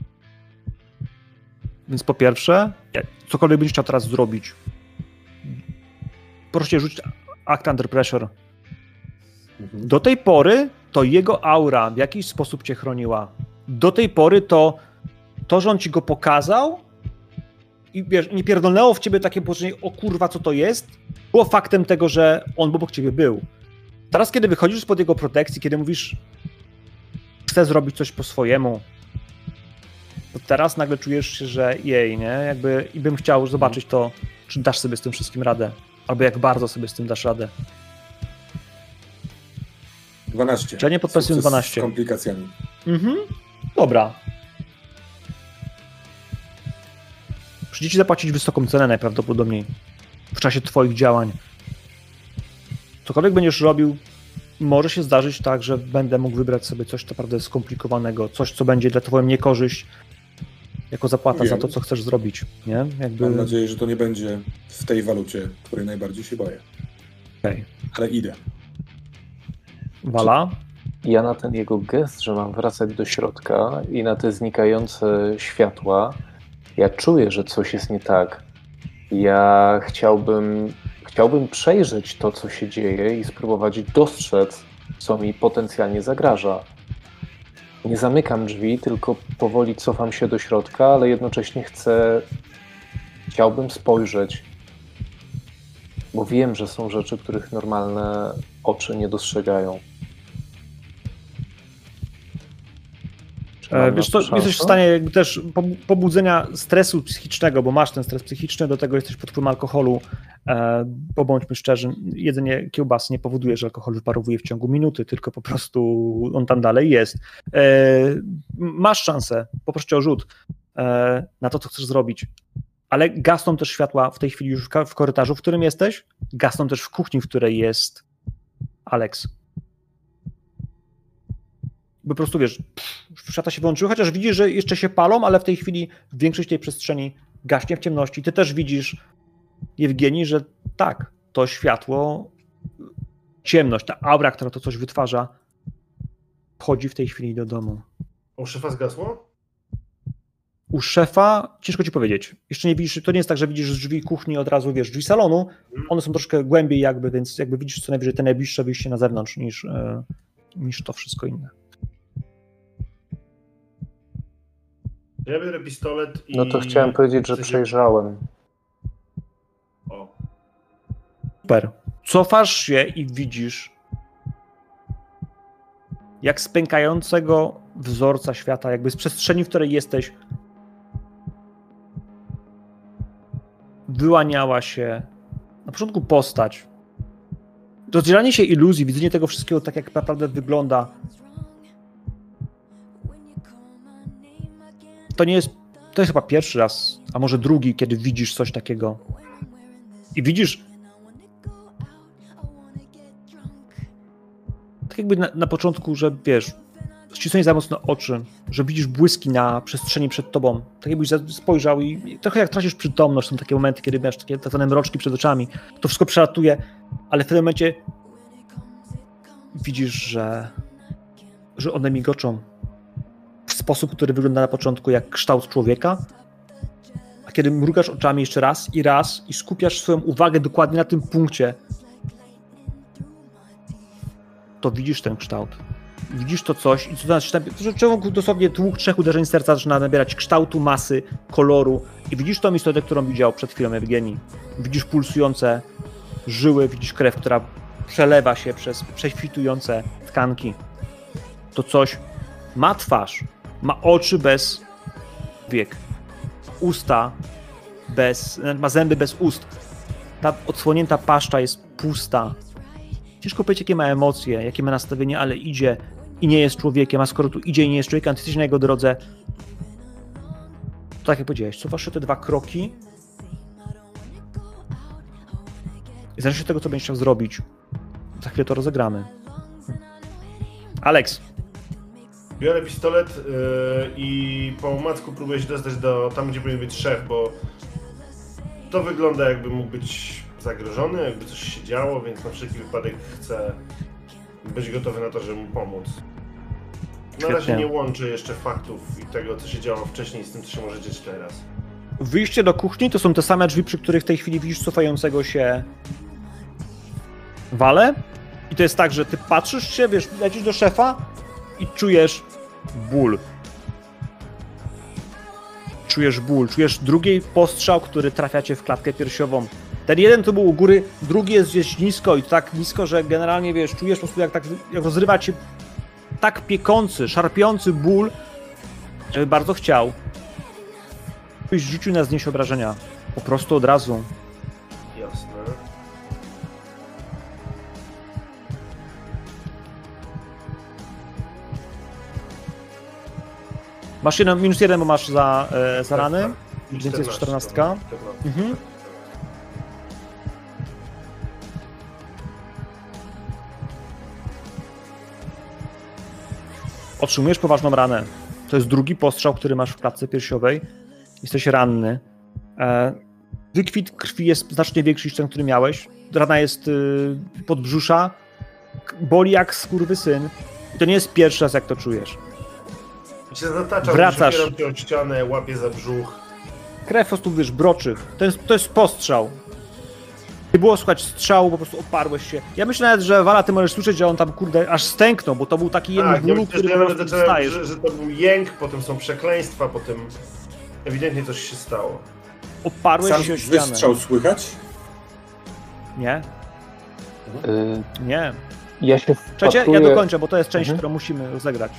Speaker 1: Więc po pierwsze, cokolwiek będziesz chciał teraz zrobić, proszę cię rzucić Act Under Pressure. Do tej pory to jego aura w jakiś sposób cię chroniła. Do tej pory to, że on ci go pokazał i wiesz, nie pierdolnęło w ciebie takie poczucie, o kurwa, co to jest, było faktem tego, że on obok ciebie był. Teraz, kiedy wychodzisz spod jego protekcji, kiedy mówisz, chcę zrobić coś po swojemu, to teraz nagle czujesz się, że jej, nie? Jakby i bym chciał zobaczyć to, czy dasz sobie z tym wszystkim radę. Albo jak bardzo sobie z tym dasz radę.
Speaker 3: 12.
Speaker 1: Czy ja nie pod presją
Speaker 3: Sukces
Speaker 1: 12?
Speaker 3: Z komplikacjami.
Speaker 1: Dobra. Przyjdzie ci zapłacić wysoką cenę najprawdopodobniej w czasie twoich działań. Cokolwiek będziesz robił, może się zdarzyć tak, że będę mógł wybrać sobie coś naprawdę skomplikowanego, coś, co będzie dla twoją niekorzyść jako zapłata za to, co chcesz zrobić. Nie? Jakby...
Speaker 3: Mam nadzieję, że to nie będzie w tej walucie, której najbardziej się boję.
Speaker 1: Okay.
Speaker 3: Ale idę.
Speaker 1: Wala?
Speaker 4: Ja na ten jego gest, że mam wracać do środka i na te znikające światła, ja czuję, że coś jest nie tak. Ja chciałbym przejrzeć to, co się dzieje i spróbować dostrzec, co mi potencjalnie zagraża. Nie zamykam drzwi, tylko powoli cofam się do środka, ale jednocześnie chciałbym spojrzeć, bo wiem, że są rzeczy, których normalne oczy nie dostrzegają.
Speaker 1: Wiesz co, jesteś w stanie jakby też pobudzenia stresu psychicznego, bo masz ten stres psychiczny, do tego jesteś pod wpływem alkoholu, bo bądźmy szczerzy, jedzenie kiełbasy nie powoduje, że alkohol wyparowuje w ciągu minuty, tylko po prostu on tam dalej jest. Masz szansę, poproszę cię o rzut na to, co chcesz zrobić, ale gasną też światła w tej chwili już w korytarzu, w którym jesteś, gasną też w kuchni, w której jest Alex. Po prostu wiesz, światła się wyłączyły, chociaż widzisz, że jeszcze się palą, ale w tej chwili większość tej przestrzeni gaśnie w ciemności. Ty też widzisz, Jewgenii, że tak, to światło, ciemność, ta aura, która to coś wytwarza, wchodzi w tej chwili do domu.
Speaker 2: U szefa zgasło?
Speaker 1: U szefa, ciężko ci powiedzieć. Jeszcze nie widzisz, to nie jest tak, że widzisz z drzwi kuchni od razu, wiesz, drzwi salonu, one są troszkę głębiej jakby, więc jakby widzisz co najwyżej te najbliższe wyjście na zewnątrz niż to wszystko inne.
Speaker 2: Ja biorę pistolet i...
Speaker 4: No to chciałem powiedzieć, że przejrzałem.
Speaker 2: O.
Speaker 1: Super. Cofasz się i widzisz, jak z pękającego wzorca świata, jakby z przestrzeni, w której jesteś, wyłaniała się na początku postać. Rozdzielanie się iluzji, widzenie tego wszystkiego tak, jak naprawdę wygląda. To jest chyba pierwszy raz, a może drugi, kiedy widzisz coś takiego. I widzisz tak jakby na początku, że wiesz, ścisnąć za mocno oczy, że widzisz błyski na przestrzeni przed tobą. Tak jakbyś spojrzał i trochę jak tracisz przytomność, są takie momenty, kiedy masz takie tak zwane mroczki przed oczami. To wszystko przelatuje, ale w tym momencie widzisz, że one migoczą w sposób, który wygląda na początku jak kształt człowieka, a kiedy mrugasz oczami jeszcze raz i skupiasz swoją uwagę dokładnie na tym punkcie, to widzisz ten kształt. Widzisz to coś i to dosłownie 2-3 uderzeń serca zaczyna nabierać kształtu, masy, koloru i widzisz tą istotę, którą widział przed chwilą Ewgenii. Widzisz pulsujące żyły, widzisz krew, która przelewa się przez prześwitujące tkanki. To coś ma twarz, ma oczy bez wiek, usta ma zęby bez ust. Ta odsłonięta paszcza jest pusta. Ciężko powiedzieć, jakie ma emocje, jakie ma nastawienie, ale idzie i nie jest człowiekiem, a skoro tu idzie i nie jest człowiekiem, ty jesteś na jego drodze, to tak jak powiedziałeś, cofasz się te 2 kroki i zależy od tego, co będziesz chciał zrobić. Za chwilę to rozegramy. Alex.
Speaker 2: Biorę pistolet i po omacku próbuję się dostać do tam, gdzie powinien być szef, bo to wygląda, jakby mógł być zagrożony, jakby coś się działo, więc na wszelki wypadek chcę być gotowy na to, żeby mu pomóc. Na razie nie łączę jeszcze faktów i tego, co się działo wcześniej z tym, co się może dziać teraz.
Speaker 1: Wyjście do kuchni to są te same drzwi, przy których w tej chwili widzisz cofającego się Walę. I to jest tak, że ty patrzysz się, wiesz, lecisz do szefa i czujesz ból. Czujesz ból, czujesz drugi postrzał, który trafia cię w klatkę piersiową. Ten jeden to był u góry, drugi jest gdzieś nisko i tak nisko, że generalnie, wiesz, czujesz po prostu jak rozrywa cię tak piekący, szarpiący ból, żeby bardzo chciał, byś rzucił na znieść obrażenia. Po prostu od razu.
Speaker 2: Jasne.
Speaker 1: Masz -1, bo masz za rany,
Speaker 2: Tak.
Speaker 1: więc jest 14. Mhm. Otrzymujesz poważną ranę. To jest drugi postrzał, który masz w klatce piersiowej. Jesteś ranny. Wykwit krwi jest znacznie większy niż ten, który miałeś. Rana jest podbrzusza. Boli jak skurwysyn. I to nie jest pierwszy raz, jak to czujesz.
Speaker 2: Się zataczam,
Speaker 1: wracasz.
Speaker 2: Się o ścianę, łapię za brzuch.
Speaker 1: Krew po prostu, wiesz, broczy. To jest postrzał. Nie było słuchać strzału, po prostu oparłeś się. Ja myślę nawet, że Wala, ty możesz słyszeć, że on tam, kurde, aż stęknął, bo to był taki jeden bólu, który po prostu dostajesz.
Speaker 2: Że to był jęk, potem są przekleństwa, potem ewidentnie coś się stało.
Speaker 1: Oparłeś się o ścianę.
Speaker 3: Wystrzał słychać?
Speaker 1: Nie? Nie.
Speaker 4: Ja się
Speaker 1: Czekajcie,
Speaker 4: wpatruję...
Speaker 1: ja dokończę, bo to jest część, którą musimy rozegrać.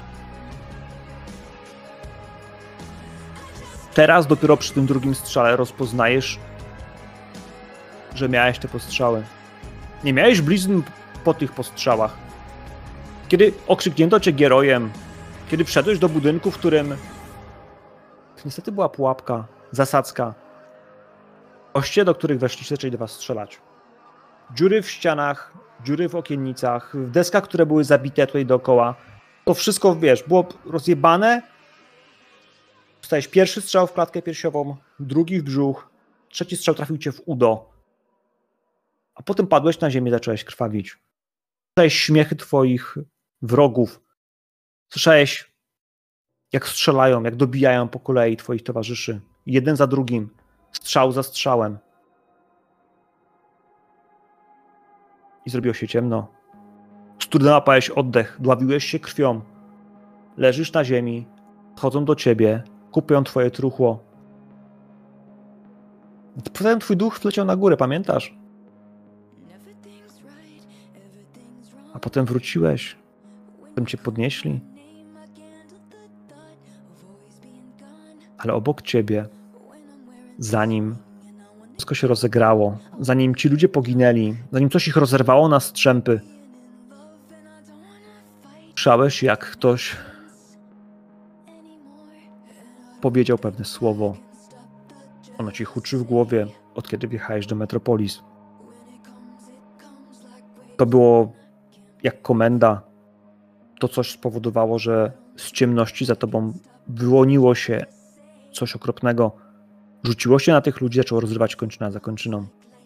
Speaker 1: Teraz dopiero przy tym drugim strzale rozpoznajesz, że miałeś te postrzały. Nie miałeś blizn po tych postrzałach. Kiedy okrzyknięto cię gerojem, kiedy wszedłeś do budynku, w którym to niestety była pułapka, zasadzka. Goście, do których weszliście, zaczęli do was strzelać. Dziury w ścianach, dziury w okiennicach, w deskach, które były zabite tutaj dookoła. To wszystko, wiesz, było rozjebane. Dostałeś pierwszy strzał w klatkę piersiową, drugi w brzuch, trzeci strzał trafił cię w udo. A potem padłeś na ziemię i zacząłeś krwawić. Słyszałeś śmiechy twoich wrogów. Słyszałeś, jak strzelają, jak dobijają po kolei twoich towarzyszy. Jeden za drugim. Strzał za strzałem. I zrobiło się ciemno. Z trudem łapałeś oddech, dławiłeś się krwią. Leżysz na ziemi, chodzą do ciebie, kupują twoje truchło. Potem twój duch wleciał na górę, pamiętasz? A potem wróciłeś. Potem cię podnieśli. Ale obok ciebie, zanim wszystko się rozegrało, zanim ci ludzie poginęli, zanim coś ich rozerwało na strzępy, słyszałeś, jak ktoś powiedział pewne słowo. Ono ci huczy w głowie, od kiedy wjechałeś do Metropolis. To było jak komenda. To coś spowodowało, że z ciemności za tobą wyłoniło się coś okropnego. Rzuciło się na tych ludzi, zaczęło rozrywać kończyna za kończyną.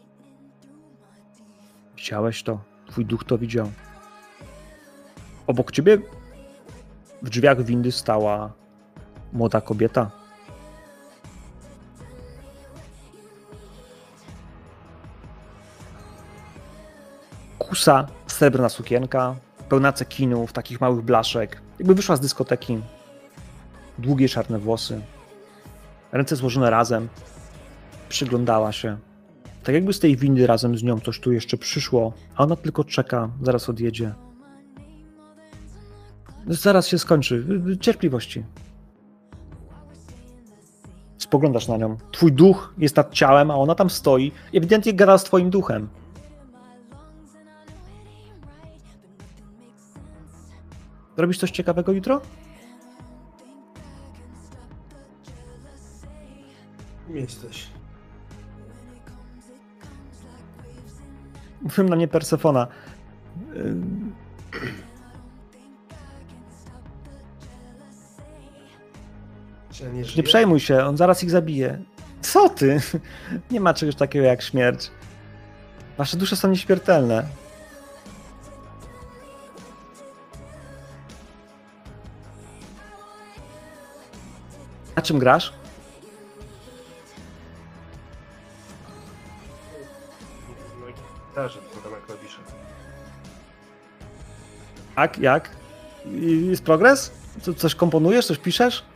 Speaker 1: Widziałeś to? Twój duch to widział. Obok ciebie w drzwiach windy stała młoda kobieta. Kusa, srebrna sukienka, pełna cekinów, takich małych blaszek. Jakby wyszła z dyskoteki. Długie, czarne włosy. Ręce złożone razem. Przyglądała się. Tak jakby z tej windy razem z nią coś tu jeszcze przyszło, a ona tylko czeka, zaraz odjedzie. Zaraz się skończy. Cierpliwości. Spoglądasz na nią. Twój duch jest nad ciałem, a ona tam stoi. Ewidentnie gada z twoim duchem. Robisz coś ciekawego jutro?
Speaker 2: Jesteś.
Speaker 1: Mówiłem na mnie Persefona. Nie przejmuj się, on zaraz ich zabije. Co ty? Nie ma czegoś takiego jak śmierć. Wasze dusze są nieśmiertelne. Na czym grasz?
Speaker 2: No i gitarze, to tam jak klawisze.
Speaker 1: Tak, jak? Jest progres? Coś komponujesz, coś piszesz?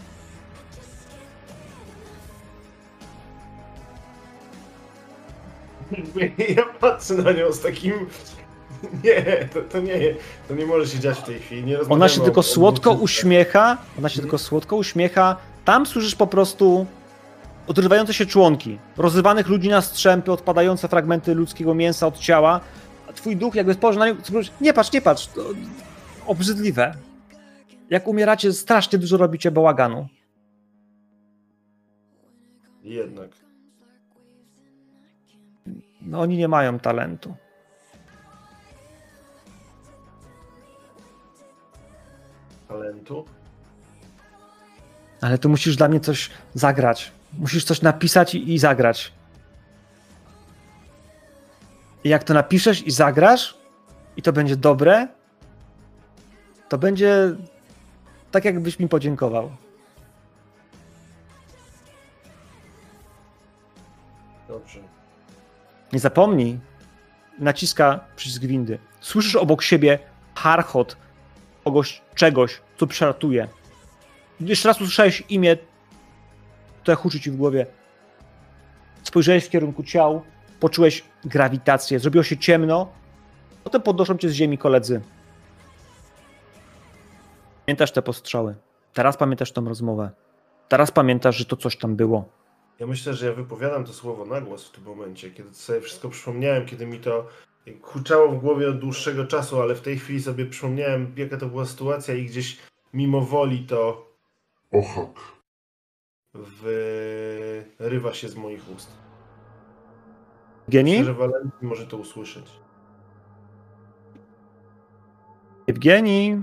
Speaker 2: Ja patrzę na nią z takim... Nie, to nie może się dziać w tej chwili. Nie
Speaker 1: Ona się tylko słodko
Speaker 2: uśmiecha.
Speaker 1: uśmiecha. Ona się tylko słodko uśmiecha. Tam słyszysz po prostu odrywające się członki, rozrywanych ludzi na strzępy, odpadające fragmenty ludzkiego mięsa od ciała. A twój duch jakby spojrzy na nią, nie patrz, to obrzydliwe. Jak umieracie, strasznie dużo robicie bałaganu.
Speaker 2: Jednak.
Speaker 1: No oni nie mają talentu.
Speaker 2: Talentu?
Speaker 1: Ale tu musisz dla mnie coś zagrać. Musisz coś napisać i zagrać. I jak to napiszesz i zagrasz, i to będzie dobre, to będzie tak, jakbyś mi podziękował.
Speaker 2: Dobrze.
Speaker 1: Nie zapomnij, naciska przycisk windy. Słyszysz obok siebie charchot kogoś, czegoś, co przelatuje. Jeszcze raz usłyszałeś imię, to jak huczy ci w głowie. Spojrzałeś w kierunku ciał, poczułeś grawitację, zrobiło się ciemno, potem podnoszą cię z ziemi koledzy. Pamiętasz te postrzały. Teraz pamiętasz tą rozmowę. Teraz pamiętasz, że to coś tam było.
Speaker 2: Ja myślę, że ja wypowiadam to słowo na głos w tym momencie, kiedy sobie wszystko przypomniałem, kiedy mi to huczało w głowie od dłuższego czasu, ale w tej chwili sobie przypomniałem, jaka to była sytuacja i gdzieś mimo woli to wyrywa się z moich ust.
Speaker 1: Evgenii?
Speaker 2: Myślę, że Walentin może to usłyszeć.
Speaker 1: Evgenii?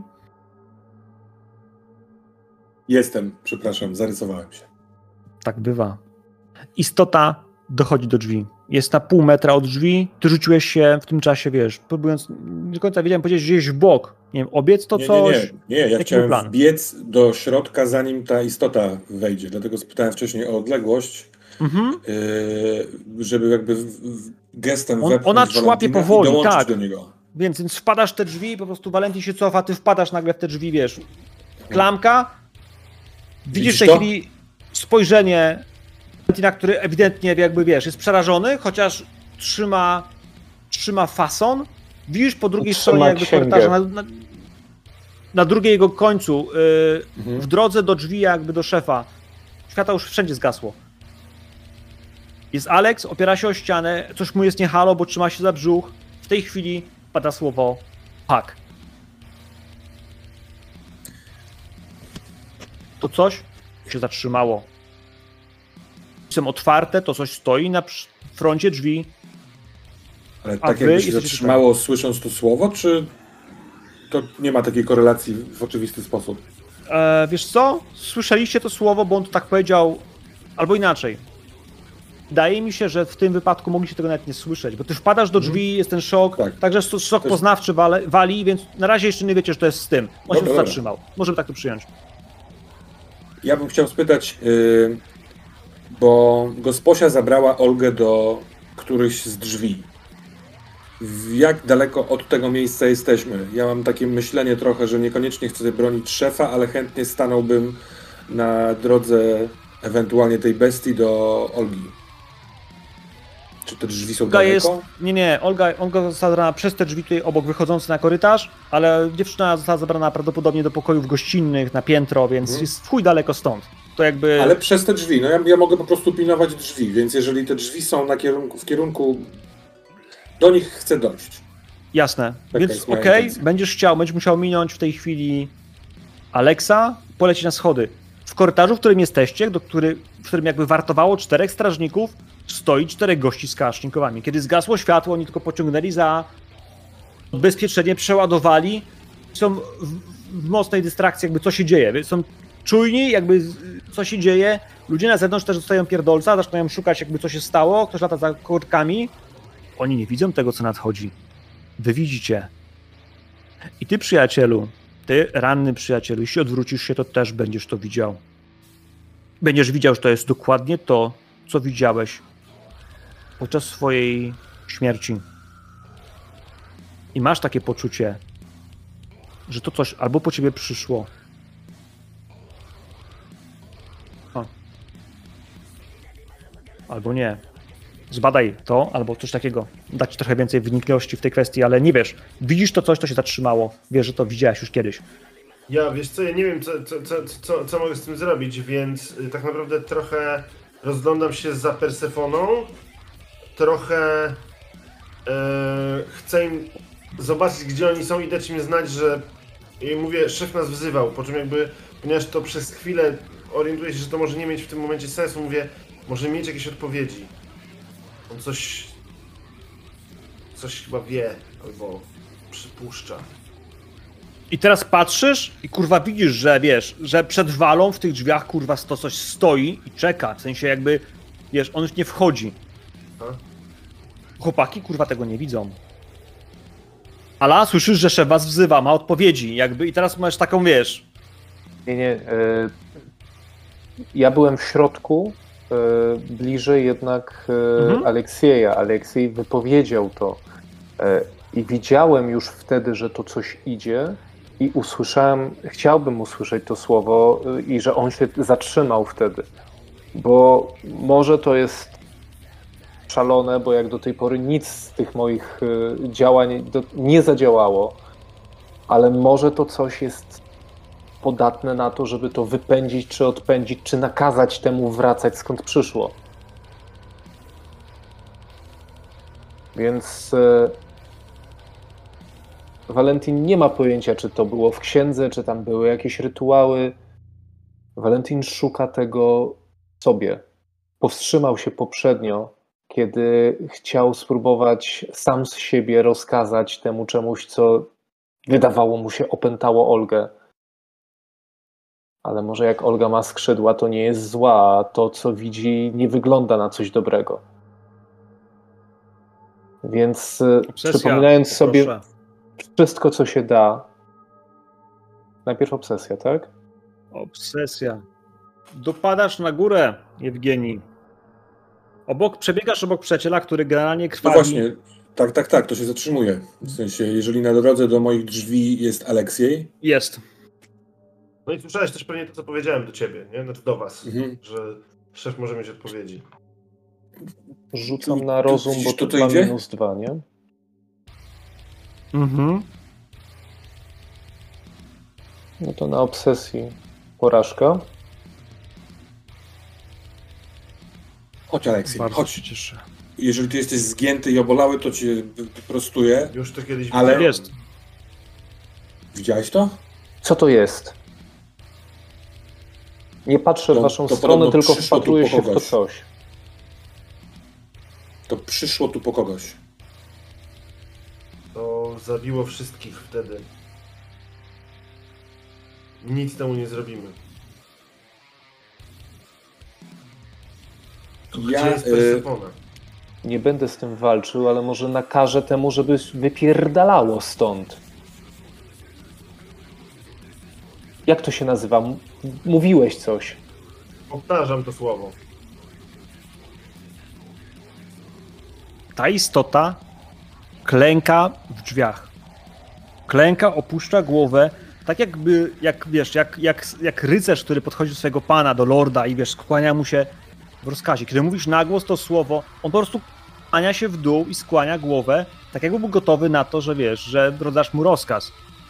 Speaker 3: Jestem, przepraszam, zarysowałem się.
Speaker 1: Tak bywa. Istota dochodzi do drzwi. Jest na pół metra od drzwi. Ty rzuciłeś się w tym czasie, wiesz, próbując, nie do końca wiedziałem powiedzieć, że gdzieś w bok. Nie wiem, obiec to coś?
Speaker 3: Nie, ja
Speaker 1: Jaki
Speaker 3: chciałem
Speaker 1: był plan?
Speaker 3: wbiec do środka, zanim ta istota wejdzie. Dlatego spytałem wcześniej o odległość, żeby jakby gestem wepchnąć
Speaker 1: ona człapie
Speaker 3: Valentina
Speaker 1: powoli,
Speaker 3: i dołączyć
Speaker 1: tak.
Speaker 3: do niego.
Speaker 1: Więc wpadasz w te drzwi i po prostu Valentin się cofa, ty wpadasz nagle w te drzwi, wiesz. Klamka. Widzisz w tej
Speaker 3: to?
Speaker 1: chwili spojrzenie Valentina, który ewidentnie jakby, wiesz, jest przerażony, chociaż trzyma fason. Widzisz po drugiej stronie jakby korytarza, na drugiej jego końcu, w drodze do drzwi jakby do szefa. Światło już wszędzie zgasło. Jest Alex, opiera się o ścianę, coś mu jest nie halo, bo trzyma się za brzuch. W tej chwili pada słowo fuck. To coś się zatrzymało. Są otwarte, to coś stoi na froncie drzwi.
Speaker 3: Ale tak jakby się zatrzymało, słysząc to słowo, czy to nie ma takiej korelacji w oczywisty sposób?
Speaker 1: Wiesz co? Słyszeliście to słowo, bo on to tak powiedział, albo inaczej. Wydaje mi się, że w tym wypadku mogliście tego nawet nie słyszeć, bo ty wpadasz do drzwi, jest ten szok,
Speaker 3: Tak.
Speaker 1: także szok poznawczy wali, więc na razie jeszcze nie wiecie, że to jest z tym. On się tu zatrzymał. Możemy tak to przyjąć.
Speaker 3: Ja bym chciał spytać, bo gosposia zabrała Olgę do którychś z drzwi. Jak daleko od tego miejsca jesteśmy? Ja mam takie myślenie trochę, że niekoniecznie chcę bronić szefa, ale chętnie stanąłbym na drodze ewentualnie tej bestii do Olgi. Czy te drzwi są
Speaker 1: Olga
Speaker 3: daleko?
Speaker 1: jest... Nie. Olga została zabrana przez te drzwi tutaj obok wychodzące na korytarz, ale dziewczyna została zabrana prawdopodobnie do pokojów gościnnych na piętro, więc jest w chuj daleko stąd. To jakby...
Speaker 3: Ale przez te drzwi. No ja mogę po prostu pilnować drzwi, więc jeżeli te drzwi są w kierunku do nich chcę dojść.
Speaker 1: Jasne,
Speaker 3: Taka
Speaker 1: więc
Speaker 3: jest moja
Speaker 1: okej,
Speaker 3: intencja.
Speaker 1: będziesz musiał minąć w tej chwili Alexa, polecieć na schody. W korytarzu, w którym jesteście, w którym jakby wartowało 4 strażników, stoi 4 gości z kałasznikowami. Kiedy zgasło światło, oni tylko pociągnęli za bezpieczenie, przeładowali. Są w mocnej dystrakcji, jakby co się dzieje. Są czujni, jakby co się dzieje. Ludzie na zewnątrz też dostają pierdolca, zaczynają szukać, jakby co się stało. Ktoś lata za kurtkami. Oni nie widzą tego, co nadchodzi. Wy widzicie. I ty, przyjacielu, ty, ranny przyjacielu, jeśli odwrócisz się, to też będziesz to widział. Będziesz widział, że to jest dokładnie to, co widziałeś podczas swojej śmierci. I masz takie poczucie, że to coś albo po ciebie przyszło. Albo nie. Zbadaj to, albo coś takiego. Dać ci trochę więcej wynikliwości w tej kwestii, ale nie wiesz. Widzisz to coś, to się zatrzymało. Wiesz, że to widziałeś już kiedyś.
Speaker 2: Ja, wiesz co, ja nie wiem, co mogę z tym zrobić, więc tak naprawdę trochę rozglądam się za Persefoną, trochę chcę im zobaczyć, gdzie oni są i dać im znać, że i mówię, szef nas wzywał, po czym jakby, ponieważ to przez chwilę orientuję się, że to może nie mieć w tym momencie sensu, mówię, może mieć jakieś odpowiedzi. On coś chyba wie, albo przypuszcza.
Speaker 1: I teraz patrzysz i kurwa widzisz, że wiesz, że przed walą w tych drzwiach kurwa to coś stoi i czeka. W sensie jakby, wiesz, on już nie wchodzi. Chłopaki kurwa tego nie widzą. Ale słyszysz, że szef was wzywa, ma odpowiedzi jakby i teraz masz taką, wiesz...
Speaker 4: Nie. Ja byłem w środku, bliżej jednak Aleksieja. Aleksiej wypowiedział to i widziałem już wtedy, że to coś idzie i usłyszałem, chciałbym usłyszeć to słowo i że on się zatrzymał wtedy, bo może to jest szalone, bo jak do tej pory nic z tych moich działań nie zadziałało, ale może to coś jest podatne na to, żeby to wypędzić, czy odpędzić, czy nakazać temu wracać skąd przyszło. Więc Valentin nie ma pojęcia, czy to było w księdze, czy tam były jakieś rytuały. Valentin szuka tego w sobie. Powstrzymał się poprzednio, kiedy chciał spróbować sam z siebie rozkazać temu czemuś, co wydawało mu się opętało Olgę. Ale może jak Olga ma skrzydła, to nie jest zła, a to, co widzi, nie wygląda na coś dobrego. Więc
Speaker 1: Obsesja,
Speaker 4: przypominając sobie
Speaker 1: proszę.
Speaker 4: wszystko, co się da. Najpierw obsesja, tak?
Speaker 1: Obsesja. Dopadasz na górę, Jewgenii. Przebiegasz obok przyjaciela, który generalnie
Speaker 3: No
Speaker 1: krwawi.
Speaker 3: właśnie, tak, to się zatrzymuje. W sensie, jeżeli na drodze do moich drzwi jest Aleksiej,
Speaker 1: Jest.
Speaker 2: No i słyszałeś też pewnie to, co powiedziałem do ciebie, nie? Znaczy do was,
Speaker 3: Mhm.
Speaker 2: że szef może mieć odpowiedzi.
Speaker 4: Rzucam na rozum,
Speaker 3: widzisz,
Speaker 4: bo
Speaker 3: to
Speaker 4: tu mam
Speaker 3: idzie?
Speaker 4: -2, nie?
Speaker 1: Mhm.
Speaker 4: No to na obsesji porażka.
Speaker 3: chodź Aleksiej,
Speaker 1: Bardzo
Speaker 3: chodź.
Speaker 1: się cieszę.
Speaker 3: Jeżeli ty jesteś zgięty i obolały, to cię prostuję.
Speaker 2: Już to kiedyś
Speaker 3: Ale-
Speaker 2: widziałem.
Speaker 1: Jest.
Speaker 3: Widziałeś to?
Speaker 4: Co to jest? Nie patrzę w
Speaker 3: To-
Speaker 4: waszą
Speaker 3: to
Speaker 4: stronę,
Speaker 3: podobno
Speaker 4: tylko
Speaker 3: przyszło tu
Speaker 4: wpatruję
Speaker 3: po
Speaker 4: się w to
Speaker 3: kogoś.
Speaker 4: coś.
Speaker 3: To przyszło tu po kogoś.
Speaker 2: To zabiło wszystkich wtedy. Nic temu nie zrobimy. Gdzie jest Persefona?
Speaker 4: Nie będę z tym walczył, ale może nakażę temu, żeby wypierdalało stąd. Jak to się nazywa? Mówiłeś coś.
Speaker 2: Powtarzam to słowo.
Speaker 1: Ta istota klęka w drzwiach. Klęka, opuszcza głowę, tak jakby, jak rycerz, który podchodzi do swojego pana, do lorda i skłania mu się w rozkazie. Kiedy mówisz na głos to słowo, on po prostu kłania się w dół i skłania głowę, tak jakby był gotowy na to, że rozdasz mu rozkaz.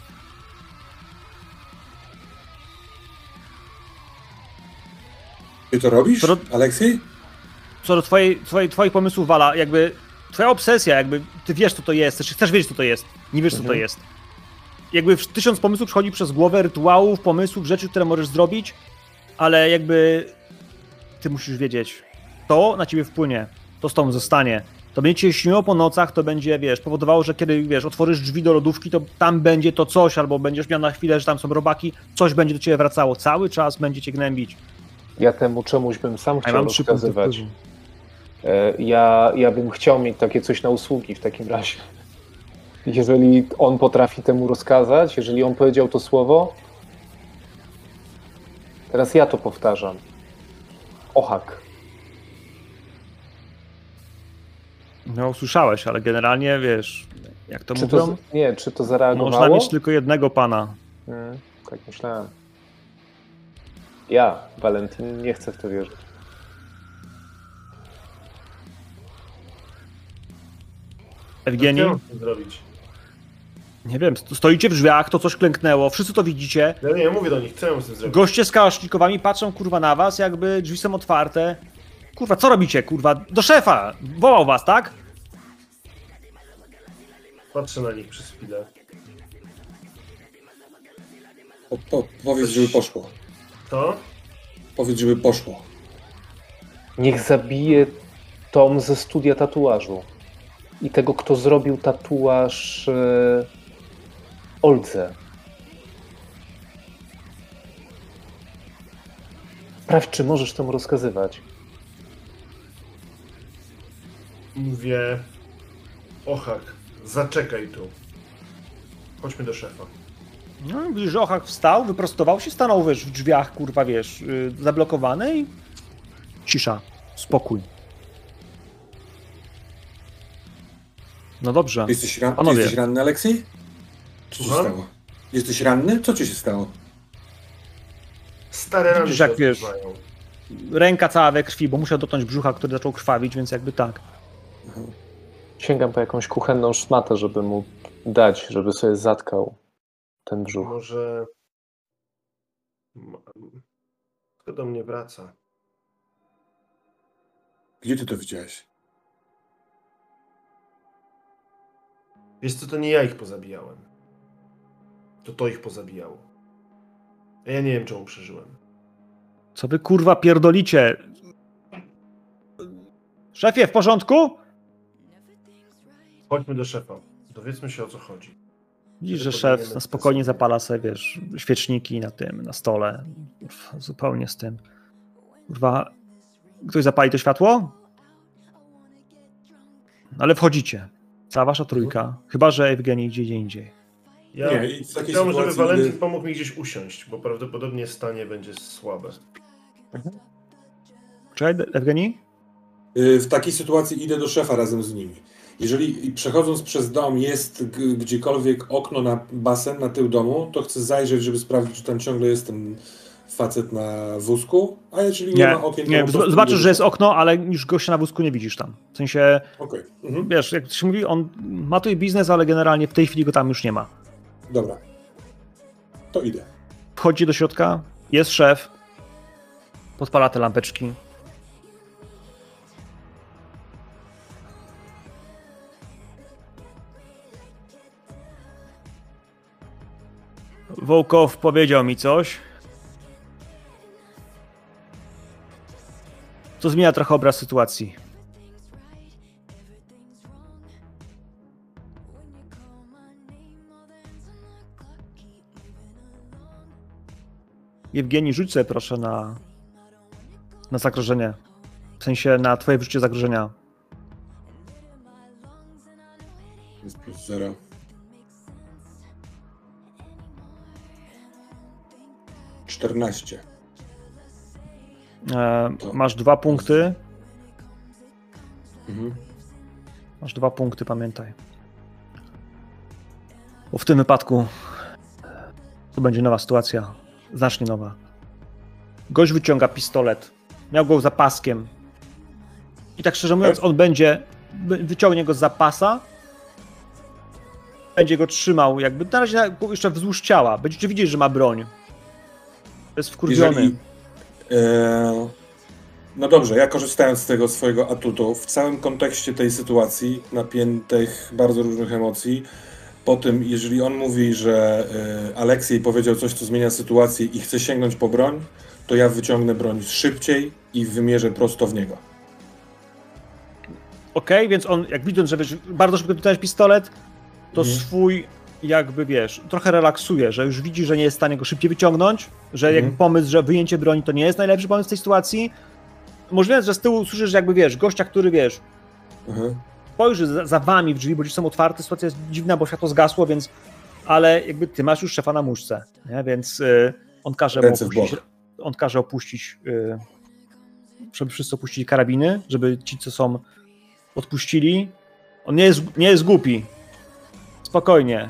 Speaker 3: Ty to robisz, Aleksiej?
Speaker 1: Co do twoich pomysłów, Wala, jakby twoja obsesja, jakby ty wiesz, co to jest, chcesz wiedzieć, co to jest, nie wiesz, co to jest. Jakby 1000 pomysłów przychodzi przez głowę, rytuałów, pomysłów, rzeczy, które możesz zrobić, ale jakby ty musisz wiedzieć, to na ciebie wpłynie, to z tobą zostanie. To będzie cię śniło po nocach, to będzie, powodowało, że kiedy, otworzysz drzwi do lodówki, to tam będzie to coś, albo będziesz miał na chwilę, że tam są robaki, coś będzie do ciebie wracało, cały czas będzie cię gnębić.
Speaker 4: Ja temu czemuś bym sam chciał
Speaker 1: mam 3 punkty
Speaker 4: rozkazywać.
Speaker 1: wpływu.
Speaker 4: Ja bym chciał mieć takie coś na usługi w takim razie. Jeżeli on potrafi temu rozkazać, jeżeli on powiedział to słowo, teraz ja to powtarzam. Ohak.
Speaker 1: No, usłyszałeś, ale generalnie, jak to mówią,
Speaker 4: czy to zareagowało?
Speaker 1: można mieć tylko jednego pana.
Speaker 4: Tak myślałem. Ja, Valentin, nie chcę w to wierzyć.
Speaker 1: Evgenii?
Speaker 2: Co chcę zrobić?
Speaker 1: Nie wiem, stoicie w drzwiach, to coś klęknęło, wszyscy to widzicie.
Speaker 2: Ja mówię do nich, co ja mam z tym zrobić?
Speaker 1: Goście z kałasznikowami patrzą, kurwa, na was, jakby drzwi są otwarte. Kurwa, co robicie, kurwa? Do szefa! Wołał was, tak?
Speaker 2: Patrzę na nich przez chwilę.
Speaker 3: Powiedz, żeby poszło.
Speaker 2: To?
Speaker 3: Powiedz, żeby poszło.
Speaker 4: Niech zabije Tom ze studia tatuażu. I tego, kto zrobił tatuaż Oldze. Sprawdź, czy możesz temu rozkazywać.
Speaker 2: Mówię... Ohak, zaczekaj tu. Chodźmy do szefa.
Speaker 1: No, widzisz, że Ochak wstał, wyprostował się, stanął, w drzwiach, kurwa, zablokowany i... Cisza, spokój. No dobrze.
Speaker 3: Ty jesteś ranny, Aleksiej? Co się
Speaker 2: Słucham?
Speaker 3: stało? Jesteś ranny? Co ci się stało?
Speaker 2: Stare rany
Speaker 1: Widzisz,
Speaker 2: się
Speaker 1: jak wiesz.
Speaker 2: odbywają.
Speaker 1: Ręka cała we krwi, bo musiał dotknąć brzucha, który zaczął krwawić, więc jakby tak.
Speaker 4: Sięgam po jakąś kuchenną szmatę, żeby mu dać, żeby sobie zatkał ten brzuch.
Speaker 2: Może... Kto do mnie wraca?
Speaker 3: Gdzie ty to widziałeś?
Speaker 2: Wiesz co, to nie ja ich pozabijałem. To ich pozabijało. A ja nie wiem, czemu przeżyłem.
Speaker 1: Co wy, kurwa, pierdolicie? Szefie, w porządku?
Speaker 2: Chodźmy do szefa. Dowiedzmy się, o co chodzi.
Speaker 1: Widzisz, że szef na spokojnie zapala sobie, świeczniki na stole. Kurwa, zupełnie z tym. Kurwa, ktoś zapali to światło? Ale wchodzicie. Cała wasza trójka. Chyba że Evgenii idzie gdzie indziej.
Speaker 2: Ja chciałbym, żeby Valentin pomógł mi gdzieś usiąść, bo prawdopodobnie stanie będzie słabe.
Speaker 1: Czekaj, Evgenii?
Speaker 3: W takiej sytuacji idę do szefa razem z nimi. Jeżeli przechodząc przez dom jest gdziekolwiek okno na basen, na tył domu, to chcę zajrzeć, żeby sprawdzić, czy tam ciągle jest ten facet na wózku, a jeżeli nie ma okien...
Speaker 1: Nie, zobaczysz, że jest okno, ale już gościa na wózku nie widzisz tam. W sensie, wiesz, jak się mówi, on ma tutaj biznes, ale generalnie w tej chwili go tam już nie ma.
Speaker 3: Dobra, to idę.
Speaker 1: Wchodzi do środka, jest szef, podpala te lampeczki. Wołkow powiedział mi coś, co zmienia trochę obraz sytuacji. Jewgeni, rzuć sobie proszę na zagrożenie. W sensie na twoje wyczucie zagrożenia.
Speaker 3: Jest plus 0. Czternaście.
Speaker 1: Masz 2 punkty.
Speaker 3: Mhm.
Speaker 1: Masz 2 punkty, pamiętaj. Bo w tym wypadku to będzie nowa sytuacja. Znacznie nowa. Gość wyciąga pistolet. Miał go za paskiem. I tak szczerze mówiąc, on wyciągnie go z pasa. Będzie go trzymał jakby, na razie jeszcze wzdłuż ciała. Będziecie widzieć, że ma broń. Jest wkurwiony.
Speaker 3: No dobrze, ja korzystając z tego swojego atutu, w całym kontekście tej sytuacji, napiętych, bardzo różnych emocji, po tym, jeżeli on mówi, że Aleksiej powiedział coś, co zmienia sytuację i chce sięgnąć po broń, to ja wyciągnę broń szybciej i wymierzę prosto w niego.
Speaker 1: Okej, więc on, jak widząc, że wiesz, bardzo szybko wyciągnąłeś pistolet, to swój jakby, wiesz, trochę relaksuje, że już widzi, że nie jest w stanie go szybciej wyciągnąć, że jakby pomysł, że wyjęcie broni to nie jest najlepszy pomysł w tej sytuacji. Możliwe, że z tyłu słyszysz, jakby, wiesz, gościa, który, wiesz, spojrzy za wami w drzwi, bo drzwi są otwarte, sytuacja jest dziwna, bo światło zgasło, więc, ale jakby ty masz już szefa na muszce, nie? Więc on każe mu opuścić, żeby wszyscy opuścili karabiny, żeby ci, co są, odpuścili. On nie jest głupi. Spokojnie.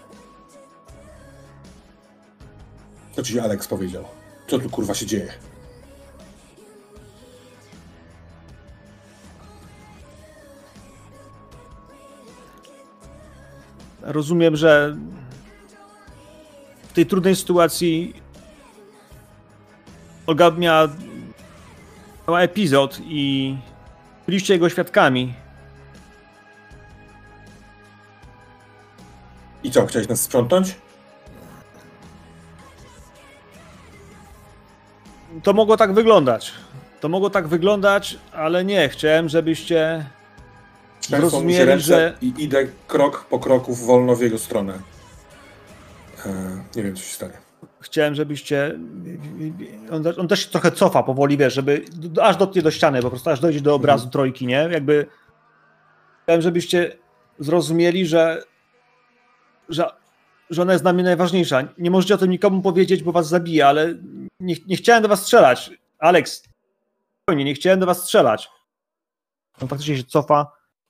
Speaker 3: Co ci Alex powiedział? Co tu kurwa się dzieje?
Speaker 1: Rozumiem, że w tej trudnej sytuacji Olga miała epizod i byliście jego świadkami.
Speaker 3: I co, chciałeś nas sprzątnąć?
Speaker 1: To mogło tak wyglądać. Ale nie. Chciałem, żebyście zrozumieli, że...
Speaker 3: I idę krok po kroku wolno w jego stronę. Nie wiem, co się stanie.
Speaker 1: Chciałem, żebyście... On też się trochę cofa powoli, wiesz, żeby... Aż dotknie do ściany, po prostu aż dojdzie do obrazu trójki, nie? Jakby... Chciałem, żebyście zrozumieli, że ona jest dla mnie najważniejsza. Nie możecie o tym nikomu powiedzieć, bo was zabije, ale nie chciałem do was strzelać. Alex, spokojnie, nie chciałem do was strzelać. On faktycznie się cofa,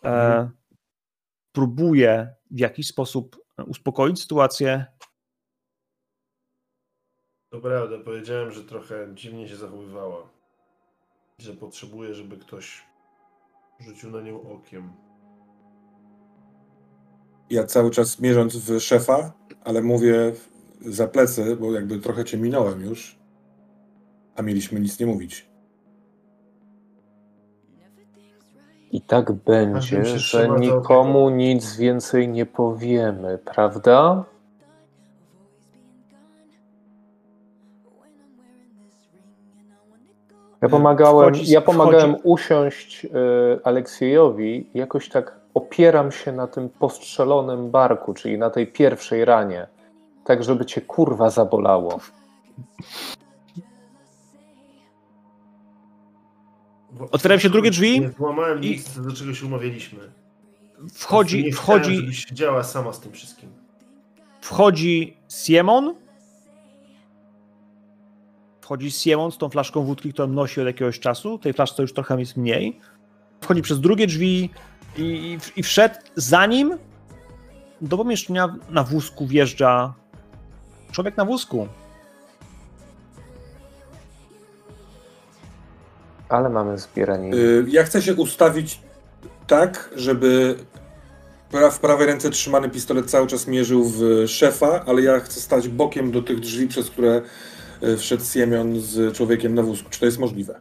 Speaker 1: próbuje w jakiś sposób uspokoić sytuację.
Speaker 2: To prawda, powiedziałem, że trochę dziwnie się zachowywała. Że potrzebuje, żeby ktoś rzucił na nią okiem.
Speaker 3: Ja cały czas mierząc w szefa, ale mówię za plecy, bo jakby trochę cię minąłem już, a mieliśmy nic nie mówić.
Speaker 4: I tak będzie, że nikomu nic więcej nie powiemy, prawda? Ja pomagałem usiąść Aleksiejowi, jakoś tak opieram się na tym postrzelonym barku, czyli na tej pierwszej ranie, tak żeby cię kurwa zabolało.
Speaker 1: Otwierają się drugie drzwi.
Speaker 2: Nie złamałem nic, do czego się umawialiśmy.
Speaker 1: Wchodzi,
Speaker 2: żebyś siedziała sama z tym wszystkim.
Speaker 1: Wchodzi Siemon z tą flaszką wódki, którą nosi od jakiegoś czasu. Tej flaszce już trochę jest mniej. Wchodzi przez drugie drzwi i wszedł. Za nim do pomieszczenia na wózku wjeżdża człowiek na wózku.
Speaker 4: Ale mamy zbieranie.
Speaker 3: Ja chcę się ustawić tak, żeby w prawej ręce trzymany pistolet cały czas mierzył w szefa, ale ja chcę stać bokiem do tych drzwi, przez które wszedł Siemion z człowiekiem na wózku. Czy to jest możliwe?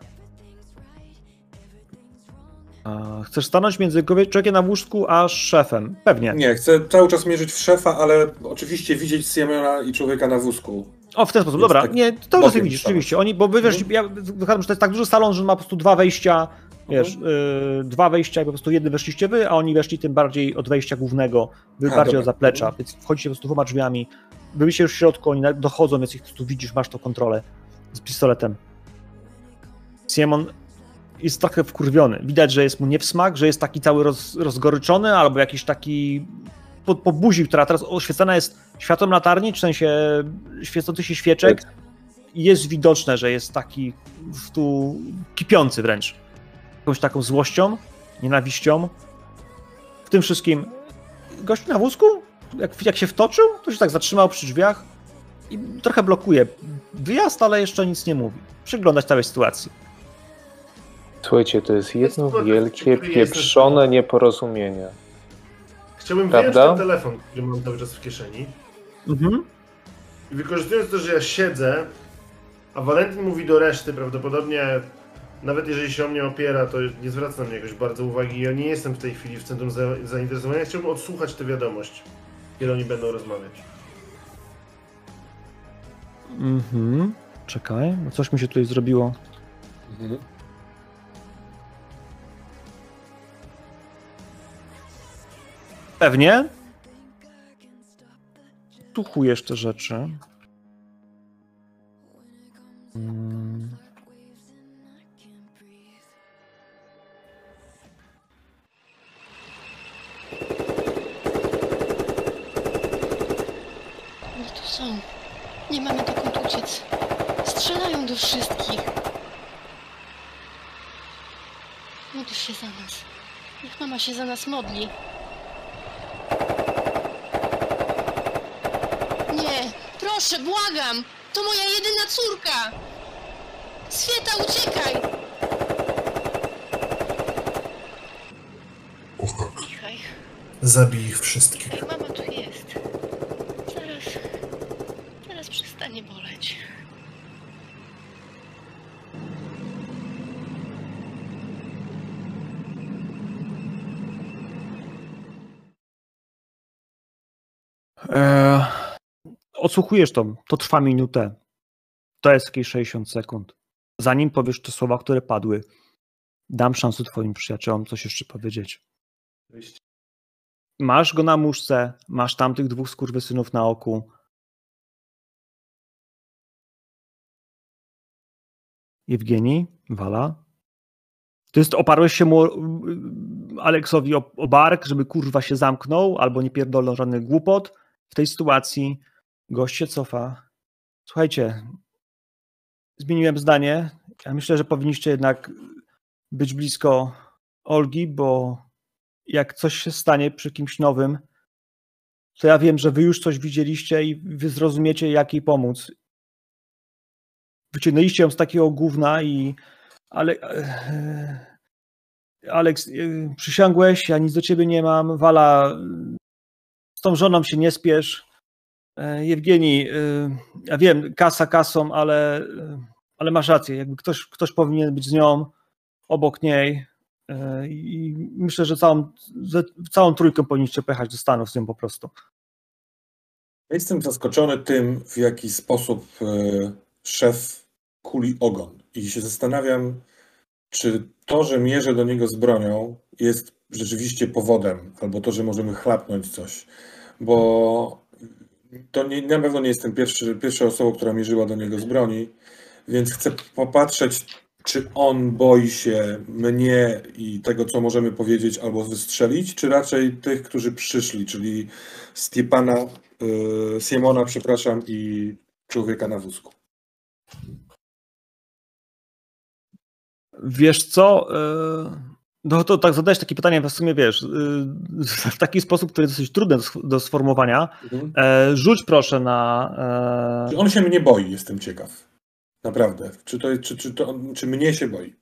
Speaker 1: Chcesz stanąć między człowiekiem na wózku a szefem? Pewnie.
Speaker 3: Nie, chcę cały czas mierzyć w szefa, ale oczywiście widzieć Siemiona i człowieka na wózku.
Speaker 1: O, w ten sposób, dobra.
Speaker 3: Tak,
Speaker 1: nie, to już widzisz, rzeczywiście. Bo wy wiesz, ja wychadam, że to jest tak duży salon, że ma po prostu 2 wejścia, wiesz, 2 wejścia i po prostu jednym weszliście wy, a oni weszli tym bardziej od wejścia głównego, bardziej od zaplecza, więc wchodzicie po prostu 2 drzwiami. Byliście już w środku, oni dochodzą, więc ich po prostu widzisz, masz tą kontrolę. z pistoletem. Siemon jest trochę wkurwiony. Widać, że jest mu nie w smak, że jest taki cały rozgoryczony, albo jakiś taki po buzi, która teraz oświecona jest światłem latarni, w sensie świecących się świeczek. I jest widoczne, że jest taki tu kipiący wręcz. Jakąś taką złością, nienawiścią. W tym wszystkim gość na wózku, jak się wtoczył, to się tak zatrzymał przy drzwiach i trochę blokuje wyjazd, ale jeszcze nic nie mówi. Przyglądać całej sytuacji.
Speaker 4: Słuchajcie, to jest jedno wielkie, pieprzone nieporozumienie.
Speaker 2: Chciałbym wyjąć ten telefon, który mam cały czas w kieszeni. I wykorzystując to, że ja siedzę, a Walentin mówi do reszty, prawdopodobnie nawet jeżeli się o mnie opiera, to nie zwraca na mnie jakoś bardzo uwagi. Ja nie jestem w tej chwili w centrum zainteresowania. Chciałbym odsłuchać tę wiadomość, kiedy oni będą rozmawiać.
Speaker 1: Czekaj, no coś mi się tutaj zrobiło. Pewnie. Słuchujesz te rzeczy.
Speaker 5: Oni tu są. Nie mamy dokąd uciec. Strzelają do wszystkich. Módl się za nas. Niech mama się za nas modli. Nie, proszę, błagam! To moja jedyna córka! Świeta, uciekaj! Cichaj.
Speaker 2: Zabij ich wszystkich.
Speaker 5: Ej, mama tu jest. Zaraz przestanie boleć.
Speaker 1: Odsłuchujesz to trwa minutę. To jest jakieś 60 sekund. Zanim powiesz te słowa, które padły, dam szansę twoim przyjaciołom coś jeszcze powiedzieć. Masz go na muszce, masz tamtych dwóch skurwysynów na oku. Jewgenii, Wala. To jest, oparłeś się mu Aleksowi o bark, żeby kurwa się zamknął, albo nie pierdolą żadnych głupot. W tej sytuacji gość się cofa. Słuchajcie, zmieniłem zdanie. Ja myślę, że powinniście jednak być blisko Olgi, bo jak coś się stanie przy kimś nowym, to ja wiem, że wy już coś widzieliście i wy zrozumiecie, jak jej pomóc. Wyciągnęliście ją z takiego gówna ale Aleks, przysiągłeś, ja nic do ciebie nie mam. Wala, z tą żoną się nie spiesz. Jewgenii, ja wiem, kasa kasą, ale masz rację. Jakby ktoś powinien być z nią, obok niej. I myślę, że całą trójką powinniście pojechać do Stanów z nią po prostu.
Speaker 3: Ja jestem zaskoczony tym, w jaki sposób szef kuli ogon. I się zastanawiam, czy to, że mierzę do niego z bronią, jest rzeczywiście powodem, albo to, że możemy chlapnąć coś. Bo to na pewno nie jestem pierwszą osobą, która mierzyła do niego z broni, więc chcę popatrzeć, czy on boi się mnie i tego, co możemy powiedzieć albo wystrzelić, czy raczej tych, którzy przyszli, czyli Siemona, przepraszam, i człowieka na wózku.
Speaker 1: Wiesz co? No to tak zadałeś takie pytanie, w sumie wiesz, w taki sposób, który jest dosyć trudny do sformułowania. Rzuć proszę na...
Speaker 3: Czy on się mnie boi, jestem ciekaw. Naprawdę. Czy mnie się boi?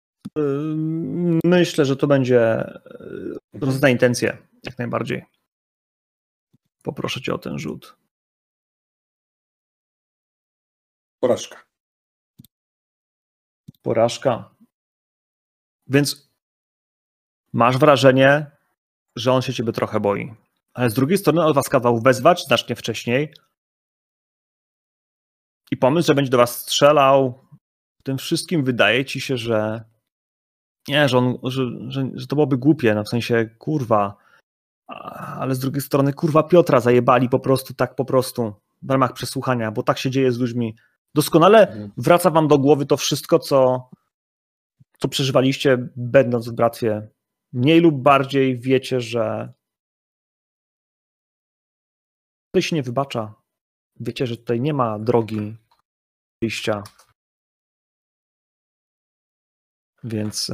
Speaker 1: Myślę, że to będzie rozna intencje, jak najbardziej. Poproszę cię o ten rzut. Porażka. Więc masz wrażenie, że on się ciebie trochę boi. Ale z drugiej strony on was kazał wezwać znacznie wcześniej i pomysł, że będzie do was strzelał, w tym wszystkim wydaje ci się, że nie, że to byłoby głupie, no w sensie kurwa, ale z drugiej strony kurwa Piotra zajebali po prostu w ramach przesłuchania, bo tak się dzieje z ludźmi. Doskonale wraca wam do głowy to wszystko, co przeżywaliście, będąc w bractwie. Mniej lub bardziej wiecie, że tutaj się nie wybacza. Wiecie, że tutaj nie ma drogi wyjścia. Więc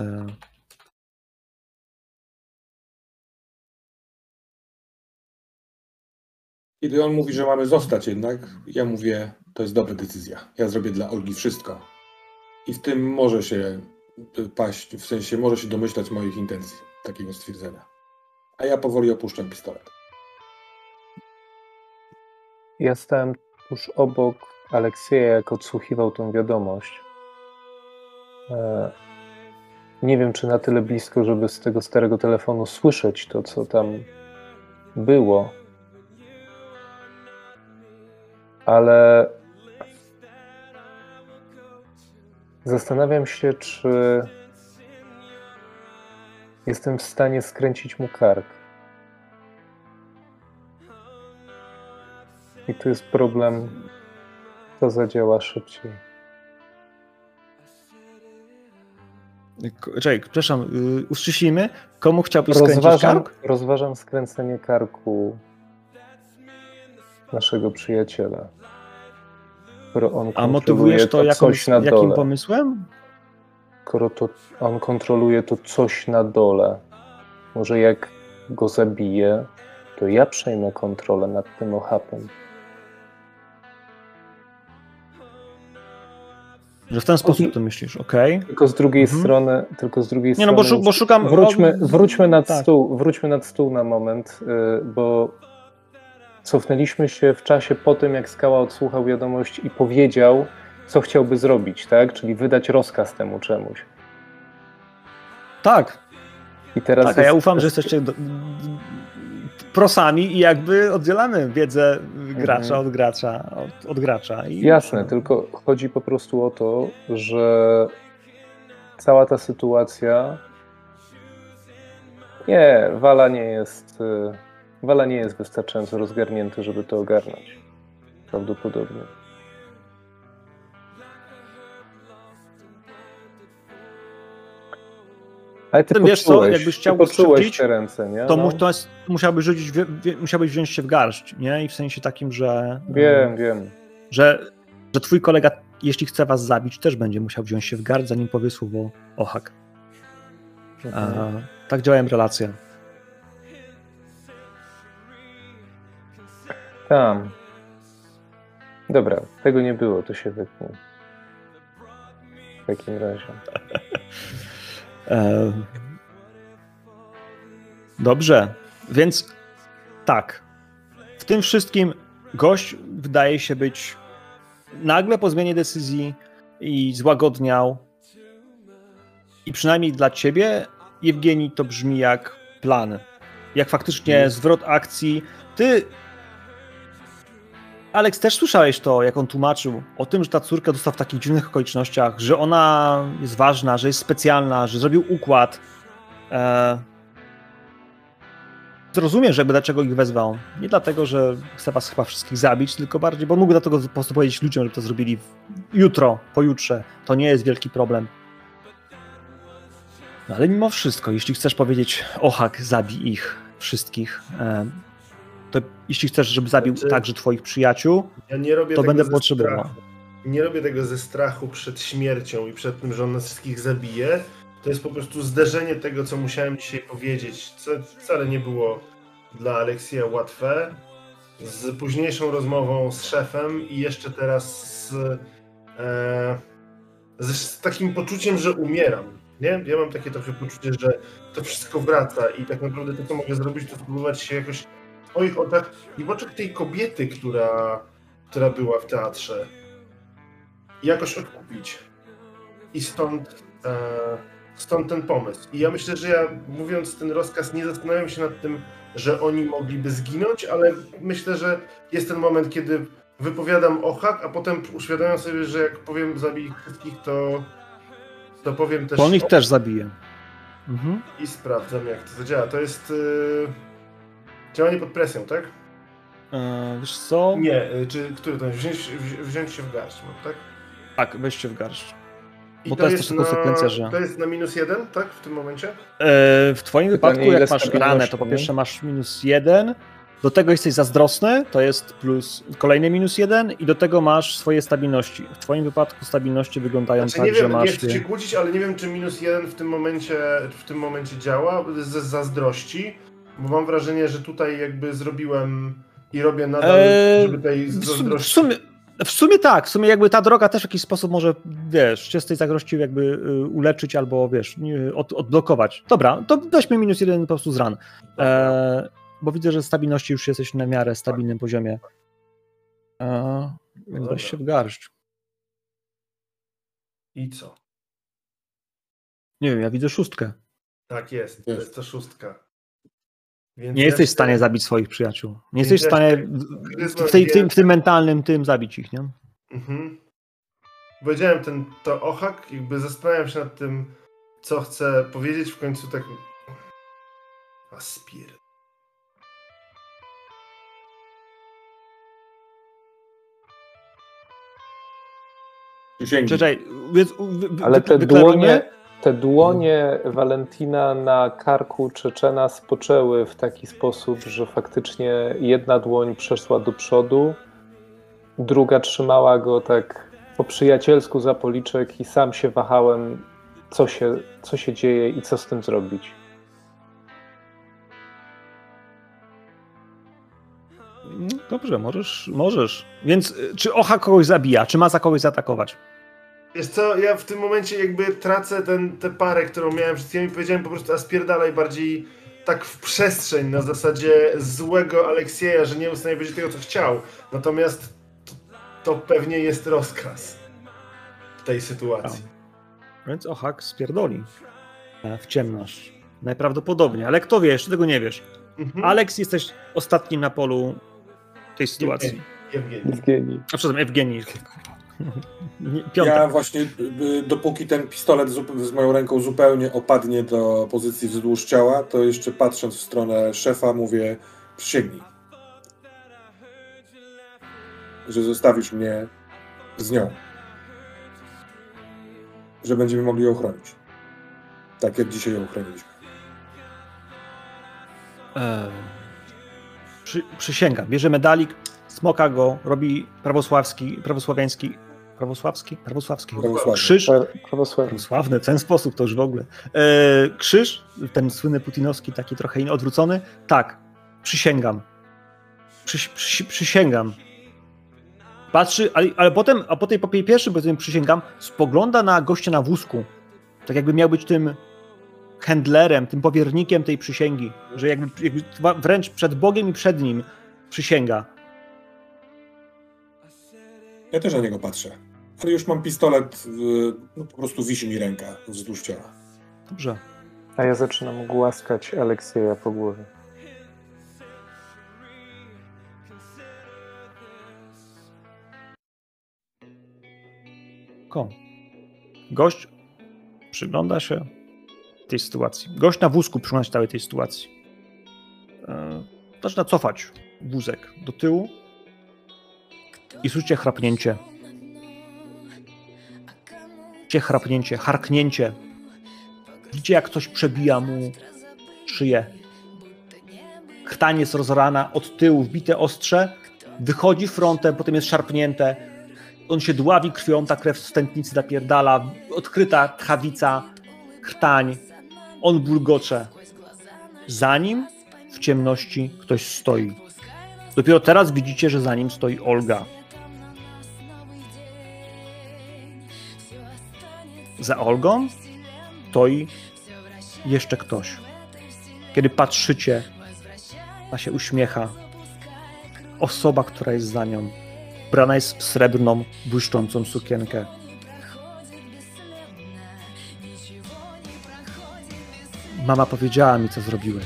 Speaker 3: Kiedy on mówi, że mamy zostać jednak, ja mówię, to jest dobra decyzja. Ja zrobię dla Olgi wszystko. I w tym może się paść, w sensie może się domyślać moich intencji, takiego stwierdzenia. A ja powoli opuszczam pistolet.
Speaker 4: Ja stałem tuż obok Aleksieja, jak odsłuchiwał tą wiadomość. Nie wiem, czy na tyle blisko, żeby z tego starego telefonu słyszeć to, co tam było. Ale zastanawiam się, czy jestem w stanie skręcić mu kark. I tu jest problem, kto zadziała szybciej.
Speaker 1: Czekaj, przepraszam, uściślimy. Komu chciałbyś skręcić kark?
Speaker 4: Rozważam skręcenie karku naszego przyjaciela.
Speaker 1: A motywujesz to jakim pomysłem?
Speaker 4: Skoro to on kontroluje to coś na dole, może jak go zabiję, to ja przejmę kontrolę nad tym ochapem.
Speaker 1: Że w ten sposób to myślisz, okej.
Speaker 4: Tylko z drugiej strony...
Speaker 1: Nie, no bo szukam...
Speaker 4: Wróćmy nad stół na moment, bo cofnęliśmy się w czasie po tym, jak Skała odsłuchał wiadomość i powiedział, co chciałby zrobić, tak? Czyli wydać rozkaz temu czemuś.
Speaker 1: Tak.
Speaker 4: I teraz
Speaker 1: tak, a ja ufam, że jesteście prosami i jakby oddzielamy wiedzę gracza od gracza.
Speaker 4: Jasne, tylko chodzi po prostu o to, że cała ta sytuacja... Wala nie jest wystarczająco rozgarnięty, żeby to ogarnąć. Prawdopodobnie. Ale ty
Speaker 1: wiesz co, jakbyś chciał
Speaker 4: poczułeś te ręce, nie?
Speaker 1: To musiałbyś wziąć się w garść, nie? I w sensie takim, że...
Speaker 4: Wiem.
Speaker 1: Że twój kolega, jeśli chce was zabić, też będzie musiał wziąć się w garść, zanim powie słowo Ohak. Tak działają relacje.
Speaker 4: Tam. Dobra, tego nie było, to się wytnie. W takim razie.
Speaker 1: Dobrze, więc tak. W tym wszystkim gość wydaje się być nagle po zmianie decyzji i złagodniał. I przynajmniej dla ciebie, Jewgenii, to brzmi jak plan. Jak faktycznie zwrot akcji. Ty, Aleks, też słyszałeś to, jak on tłumaczył o tym, że ta córka dostała w takich dziwnych okolicznościach, że ona jest ważna, że jest specjalna, że zrobił układ. Zrozumiem, że jakby dlaczego ich wezwał. Nie dlatego, że chce was chyba wszystkich zabić, tylko bardziej, bo mógł dlatego po prostu powiedzieć ludziom, żeby to zrobili jutro, pojutrze. To nie jest wielki problem. No, ale mimo wszystko, jeśli chcesz powiedzieć Ohak, zabij ich wszystkich, to jeśli chcesz, żeby zabił także twoich przyjaciół,
Speaker 2: ja nie robię
Speaker 1: to będę potrzebował.
Speaker 2: Nie robię tego ze strachu przed śmiercią i przed tym, że on nas wszystkich zabije. To jest po prostu zderzenie tego, co musiałem dzisiaj powiedzieć, co wcale nie było dla Aleksieja łatwe, z późniejszą rozmową z szefem i jeszcze teraz z takim poczuciem, że umieram. Nie? Ja mam takie trochę poczucie, że to wszystko wraca i tak naprawdę to, co mogę zrobić, to spróbować się jakoś w swoich oczach i w oczach tej kobiety, która była w teatrze, jakoś odkupić. I stąd ten pomysł. I ja myślę, że ja, mówiąc ten rozkaz, nie zastanawiam się nad tym, że oni mogliby zginąć, ale myślę, że jest ten moment, kiedy wypowiadam Ohak, a potem uświadamiam sobie, że jak powiem zabij ich wszystkich, to powiem też...
Speaker 1: Bo on ich też zabije.
Speaker 2: I sprawdzam, jak to zadziała. To jest działanie pod presją, tak?
Speaker 1: Wiesz co?
Speaker 2: Nie, który to jest? Wziąć się w garść, tak?
Speaker 1: Tak, weźcie w garść.
Speaker 2: I
Speaker 1: Bo to jest też konsekwencja, że...
Speaker 2: To jest na -1, tak? W tym momencie?
Speaker 1: W twoim wypadku,
Speaker 4: ile
Speaker 1: jak masz
Speaker 4: stabilności,
Speaker 1: ranę, to po
Speaker 4: nie?
Speaker 1: pierwsze masz -1, do tego jesteś zazdrosny, to jest plus kolejny -1 i do tego masz swoje stabilności. W twoim wypadku stabilności wyglądają
Speaker 2: Znaczy,
Speaker 1: tak,
Speaker 2: nie wiem,
Speaker 1: że masz...
Speaker 2: nie chcę się kłócić, ale nie wiem, czy -1 w tym momencie działa ze zazdrości, bo mam wrażenie, że tutaj jakby zrobiłem i robię nadal, żeby tej zazdrości...
Speaker 1: W sumie tak, w sumie jakby ta droga też w jakiś sposób może, wiesz, cię z tej zazdrości jakby uleczyć albo, wiesz, odblokować. Dobra, to weźmy -1 po prostu z ran. Bo widzę, że stabilności już jesteś na miarę stabilnym poziomie. Więc weź się w garść.
Speaker 2: I co?
Speaker 1: Nie wiem, ja widzę 6.
Speaker 2: Tak jest, to jest ta 6. Więc
Speaker 1: Nie jesteś w stanie zabić swoich przyjaciół. Nie jesteś w
Speaker 2: ja
Speaker 1: stanie w tym mentalnym tym zabić ich, nie?
Speaker 2: Mhm. Powiedziałem to Ohak, jakby zastanawiam się nad tym, co chcę powiedzieć, w końcu tak... Aspir.
Speaker 1: Czekaj,
Speaker 4: Ale te dłonie Valentina na karku Czeczena spoczęły w taki sposób, że faktycznie jedna dłoń przeszła do przodu, druga trzymała go tak po przyjacielsku za policzek i sam się wahałem, co się dzieje i co z tym zrobić.
Speaker 1: Dobrze, możesz. Więc czy Oha kogoś zabija? Czy ma za kogoś zaatakować?
Speaker 2: Wiesz co, ja w tym momencie jakby tracę tę parę, którą miałem przed chwilą i powiedziałem po prostu spierdalaj bardziej tak w przestrzeń, na zasadzie złego Aleksieja, że nie był w stanie powiedzieć tego, co chciał. Natomiast to pewnie jest rozkaz w tej sytuacji.
Speaker 1: Więc Ohak spierdoli w ciemność. Najprawdopodobniej, ale kto wie, jeszcze tego nie wiesz. Aleks, jesteś ostatnim na polu tej sytuacji.
Speaker 2: Evgenii.
Speaker 1: A przepraszam, Evgenii.
Speaker 3: Ja właśnie, dopóki ten pistolet z moją ręką zupełnie opadnie do pozycji wzdłuż ciała, to jeszcze patrząc w stronę szefa mówię, przysięgnij, że zostawisz mnie z nią, że będziemy mogli ją chronić. Tak jak dzisiaj ją chroniliśmy.
Speaker 1: Przysięgam. Bierze medalik, smoka go, robi prawosławiański krzyż. Prawosławny, w ten sposób to już w ogóle. Krzyż, ten słynny putinowski, taki trochę inny, odwrócony. Tak, przysięgam. Przysięgam. Patrzy, ale potem, po tej pierwszym, bo przysięgam, spogląda na gościa na wózku. Tak jakby miał być tym handlerem, tym powiernikiem tej przysięgi. Że jakby wręcz przed Bogiem i przed nim przysięga.
Speaker 3: Ja też na niego patrzę. Ale już mam pistolet, no po prostu wisi mi ręka wzdłuż ciała.
Speaker 1: Dobrze.
Speaker 4: A ja zaczynam głaskać Aleksieja po głowie.
Speaker 1: Gość przygląda się tej sytuacji. Gość na wózku przygląda się całej tej sytuacji. Zaczyna cofać wózek do tyłu i słyszycie chrapnięcie. Harknięcie. Widzicie, jak ktoś przebija mu szyję. Krtaniec rozorana od tyłu, wbite ostrze, wychodzi frontem, potem jest szarpnięte. On się dławi krwią, ta krew z tętnicy napierdala, odkryta tchawica, krtań. On bulgocze. Za nim w ciemności ktoś stoi. Dopiero teraz widzicie, że za nim stoi Olga. Za Olgą stoi jeszcze ktoś. Kiedy patrzycie, ona się uśmiecha. Osoba, która jest za nią, ubrana jest w srebrną, błyszczącą sukienkę. Mama powiedziała mi, co zrobiłeś.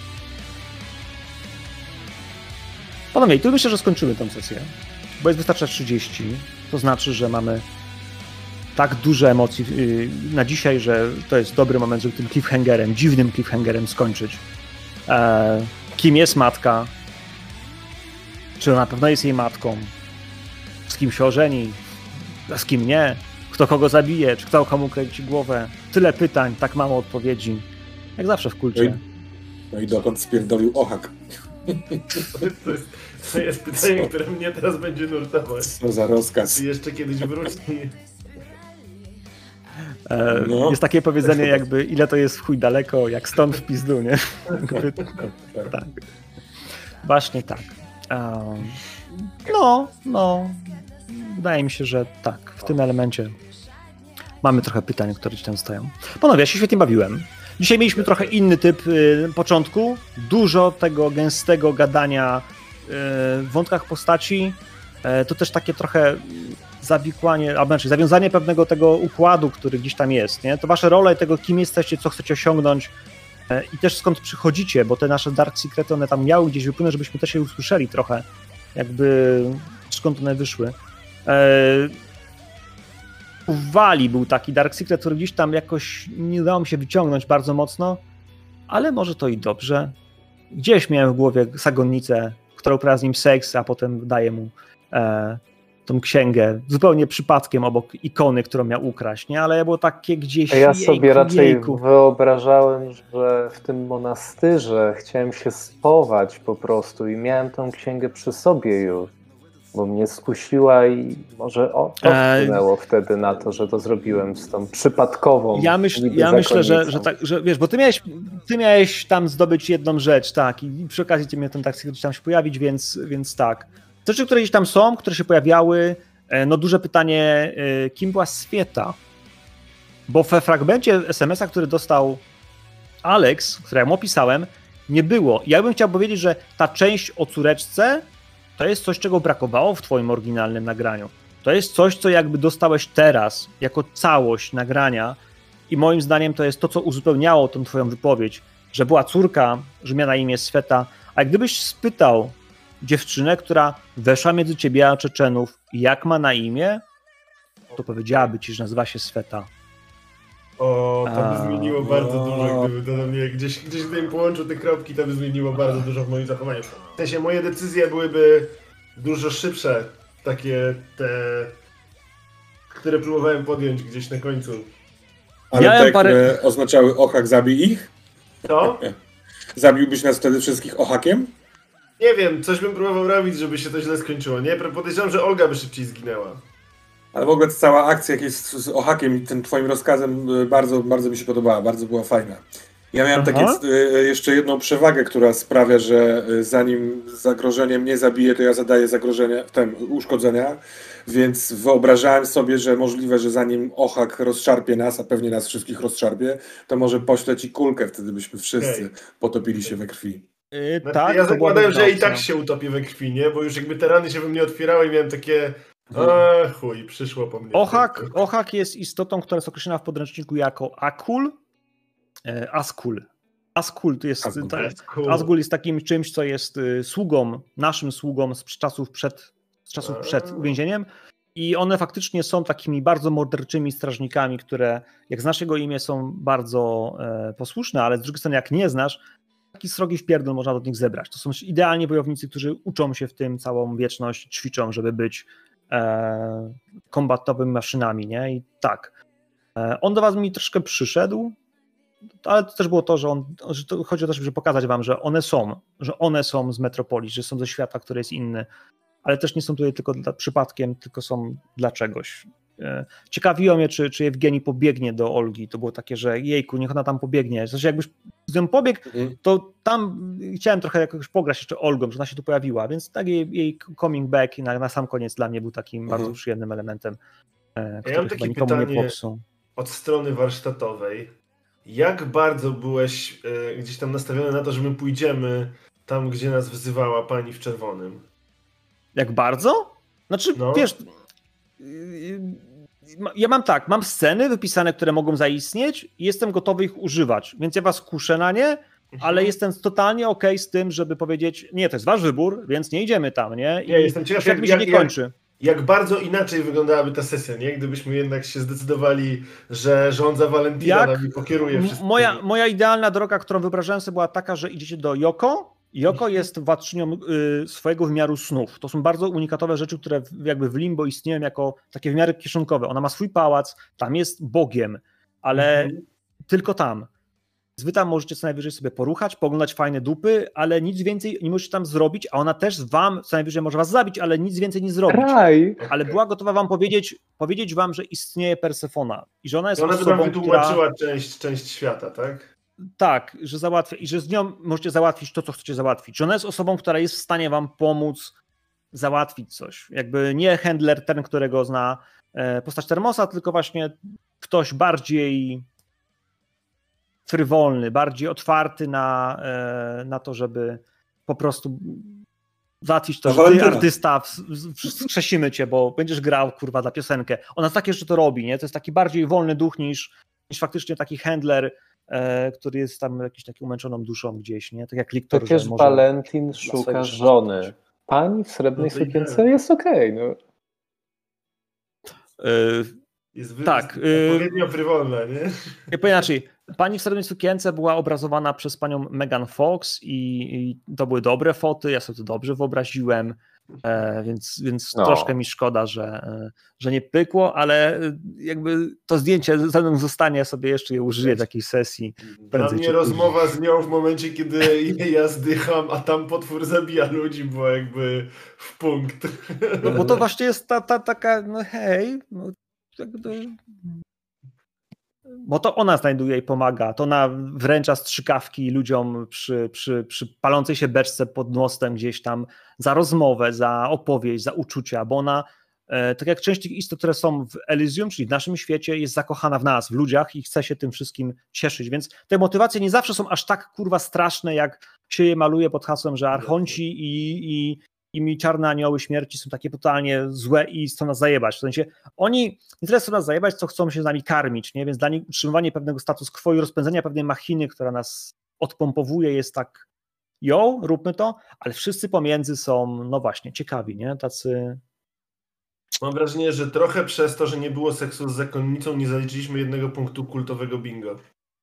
Speaker 1: Panowie, tu myślę, że skończymy tę sesję, bo jest wystarcza 30. To znaczy, że mamy tak duże emocji na dzisiaj, że to jest dobry moment, żeby tym cliffhangerem, dziwnym cliffhangerem skończyć. Kim jest matka? Czy ona na pewno jest jej matką? Z kim się ożeni? A z kim nie? Kto kogo zabije? Czy kto komu kręci głowę? Tyle pytań, tak mało odpowiedzi. Jak zawsze w kulcie.
Speaker 3: No i dokąd spierdolił Ohak?
Speaker 2: To jest pytanie, które mnie teraz będzie nurtować.
Speaker 3: Co za rozkaz.
Speaker 2: Czy jeszcze kiedyś wróci?
Speaker 3: No.
Speaker 1: Jest takie powiedzenie jakby, ile to jest w chuj daleko, jak stąd w pizdu, nie? Tak. Właśnie tak. No. Wydaje mi się, że tak. W tym elemencie mamy trochę pytań, które gdzieś tam zostają. Panowie, ja się świetnie bawiłem. Dzisiaj mieliśmy trochę inny typ początku. Dużo tego gęstego gadania w wątkach postaci. To też takie trochę zawikłanie, albo znaczy zawiązanie pewnego tego układu, który gdzieś tam jest. Nie? To wasze role, tego kim jesteście, co chcecie osiągnąć i też skąd przychodzicie, bo te nasze Dark Secrety, one tam miały gdzieś wypłynąć, żebyśmy też je usłyszeli trochę, jakby skąd one wyszły. W Walii był taki Dark Secret, który gdzieś tam jakoś nie udało mi się wyciągnąć bardzo mocno, ale może to i dobrze. Gdzieś miałem w głowie zagonnicę, która uprawia z nim seks, a potem daje mu tą księgę, zupełnie przypadkiem obok ikony, którą miał ukraść, nie? Ale było takie gdzieś...
Speaker 4: Ja sobie raczej wyobrażałem, że w tym monastyrze chciałem się schować po prostu i miałem tą księgę przy sobie już, bo mnie skusiła i może to wpłynęło wtedy na to, że to zrobiłem z tą przypadkową. Ja
Speaker 1: myślę, że tak, że wiesz, bo ty miałeś tam zdobyć jedną rzecz, tak, i przy okazji ty miał ten tak gdzieś tam się pojawić, więc tak. Rzeczy, które gdzieś tam są, które się pojawiały, no duże pytanie, kim była Swieta? Bo we fragmencie SMS-a, który dostał Alex, który ja mu opisałem, nie było. Ja bym chciał powiedzieć, że ta część o córeczce to jest coś, czego brakowało w twoim oryginalnym nagraniu. To jest coś, co jakby dostałeś teraz, jako całość nagrania i moim zdaniem to jest to, co uzupełniało tą twoją wypowiedź, że była córka, że miała na imię Sweta, a gdybyś spytał dziewczynę, która weszła między ciebie a Czeczenów, jak ma na imię, to powiedziałaby ci, że nazywa się Sweta.
Speaker 2: O, to by zmieniło bardzo dużo, gdyby to do mnie gdzieś gdybym połączył te kropki, to by zmieniło bardzo dużo w moim zachowaniu. W sensie moje decyzje byłyby dużo szybsze, takie te, które próbowałem podjąć gdzieś na końcu.
Speaker 3: Ale które oznaczały Ohak zabij ich?
Speaker 2: Co?
Speaker 3: Zabiłbyś nas wtedy wszystkich Ohakiem?
Speaker 2: Nie wiem, coś bym próbował robić, żeby się to źle skończyło, nie? Podejrzewam, że Olga by szybciej zginęła.
Speaker 3: Ale w ogóle cała akcja, jak jest z Ohakiem i tym twoim rozkazem, bardzo, bardzo mi się podobała, bardzo była fajna. Ja miałem jeszcze jedną przewagę, która sprawia, że zanim zagrożenie mnie zabije, to ja zadaję uszkodzenia, więc wyobrażałem sobie, że możliwe, że zanim Ohak rozszarpie nas, a pewnie nas wszystkich rozszarpie, to może pośle ci kulkę, wtedy byśmy wszyscy potopili się we krwi.
Speaker 2: Tak, ja zakładałem, że i tak się utopię we krwi, nie? Bo już jakby te rany się we mnie otwierały i miałem takie... chuj, przyszło po mnie.
Speaker 1: Ohak jest istotą, która jest określona w podręczniku jako Akul. Askul to jest... Asgul jest takim czymś, co jest naszym sługą z czasów przed uwięzieniem. I one faktycznie są takimi bardzo morderczymi strażnikami, które jak znasz jego imię są bardzo posłuszne, ale z drugiej strony jak nie znasz, taki srogi wpierdol można od nich zebrać. To są idealnie bojownicy, którzy uczą się w tym całą wieczność, ćwiczą, żeby być kombatowymi maszynami, nie? I tak. On do was mi troszkę przyszedł, ale to też było to, że chodzi o to, żeby pokazać wam, że one są z metropolii, że są ze świata, który jest inny, ale też nie są tutaj tylko przypadkiem, tylko są dla czegoś. Ciekawiło mnie, czy Jewgeni pobiegnie do Olgi. To było takie, że jejku, niech ona tam pobiegnie. W sensie jakbyś z nią pobiegł, to tam chciałem trochę jakoś pograć jeszcze Olgą, że ona się tu pojawiła, więc tak jej coming back na sam koniec dla mnie był takim bardzo przyjemnym elementem, który
Speaker 2: mam
Speaker 1: chyba nikomu nie popsuł.
Speaker 2: Od strony warsztatowej, jak bardzo byłeś gdzieś tam nastawiony na to, że my pójdziemy tam, gdzie nas wzywała pani w czerwonym?
Speaker 1: Jak bardzo? Znaczy, wiesz... Ja mam sceny wypisane, które mogą zaistnieć i jestem gotowy ich używać, więc ja was kuszę na nie, ale jestem totalnie okej z tym, żeby powiedzieć, nie, to jest wasz wybór, więc nie idziemy tam, nie? I
Speaker 2: jestem ciekaw,
Speaker 1: jak mi się nie kończy.
Speaker 2: Jak bardzo inaczej wyglądałaby ta sesja, nie? Gdybyśmy jednak się zdecydowali, że rządza Valentina nami pokieruje wszystkim.
Speaker 1: Moja idealna droga, którą wyobrażałem sobie, była taka, że idziecie do Yoko Yoko jest władczynią swojego wymiaru snów. To są bardzo unikatowe rzeczy, które jakby w Limbo istnieją jako takie wymiary kieszonkowe. Ona ma swój pałac, tam jest Bogiem, ale tylko tam. Wy tam możecie co najwyżej sobie poruchać, pooglądać fajne dupy, ale nic więcej nie możecie tam zrobić, a ona też wam co najwyżej może was zabić, ale nic więcej nie zrobić.
Speaker 4: Raj!
Speaker 1: Ale była gotowa wam powiedzieć wam, że istnieje Persefona i że ona jest
Speaker 2: Ona by
Speaker 1: osobą,
Speaker 2: nam wytłumaczyła
Speaker 1: która...
Speaker 2: część świata, tak?
Speaker 1: Tak, że załatwia i że z nią możecie załatwić to, co chcecie załatwić. Że ona jest osobą, która jest w stanie wam pomóc załatwić coś. Jakby nie handler, ten, którego zna postać Termosa, tylko właśnie ktoś bardziej frywolny, bardziej otwarty na to, żeby po prostu załatwić to, że ty, artysta, wskrzesimy cię, bo będziesz grał, kurwa, dla piosenkę. Ona takie rzeczy to robi, nie? To jest taki bardziej wolny duch niż faktycznie taki handler, który jest tam jakiś taki umęczoną duszą gdzieś, nie? Tak jak Liktor.
Speaker 4: Przecież Valentin szuka żony. Pani w srebrnej sukience jest okej, no.
Speaker 2: Jest
Speaker 1: tak.
Speaker 2: Odpowiednio frywolna, nie?
Speaker 1: Nie powiem inaczej. Pani w srebrnej sukience była obrazowana przez panią Megan Fox i to były dobre foty, ja sobie to dobrze wyobraziłem, więc troszkę mi szkoda, że nie pykło, ale jakby to zdjęcie ze mną zostanie, ja sobie jeszcze je użyję w jakiejś sesji.
Speaker 2: Dla mnie rozmowa z nią w momencie, kiedy ja zdycham, a tam potwór zabija ludzi, była jakby w punkt.
Speaker 1: No bo to właśnie jest ta taka, no hej, no jakby... Bo to ona znajduje i pomaga, to ona wręcza strzykawki ludziom przy palącej się beczce pod mostem gdzieś tam za rozmowę, za opowieść, za uczucia, bo ona, tak jak część tych istot, które są w Elysium, czyli w naszym świecie, jest zakochana w nas, w ludziach i chce się tym wszystkim cieszyć, więc te motywacje nie zawsze są aż tak kurwa straszne, jak się je maluje pod hasłem, że archonci i czarne anioły śmierci są takie totalnie złe i chcą nas zajebać. W sensie oni nie tyle chcą nas zajebać, co chcą się z nami karmić, nie? Więc dla nich utrzymywanie pewnego status quo i rozpędzenie pewnej machiny, która nas odpompowuje, jest tak róbmy to, ale wszyscy pomiędzy są, no właśnie, ciekawi, nie? Tacy...
Speaker 2: Mam wrażenie, że trochę przez to, że nie było seksu z zakonnicą, nie zaliczyliśmy jednego punktu kultowego bingo.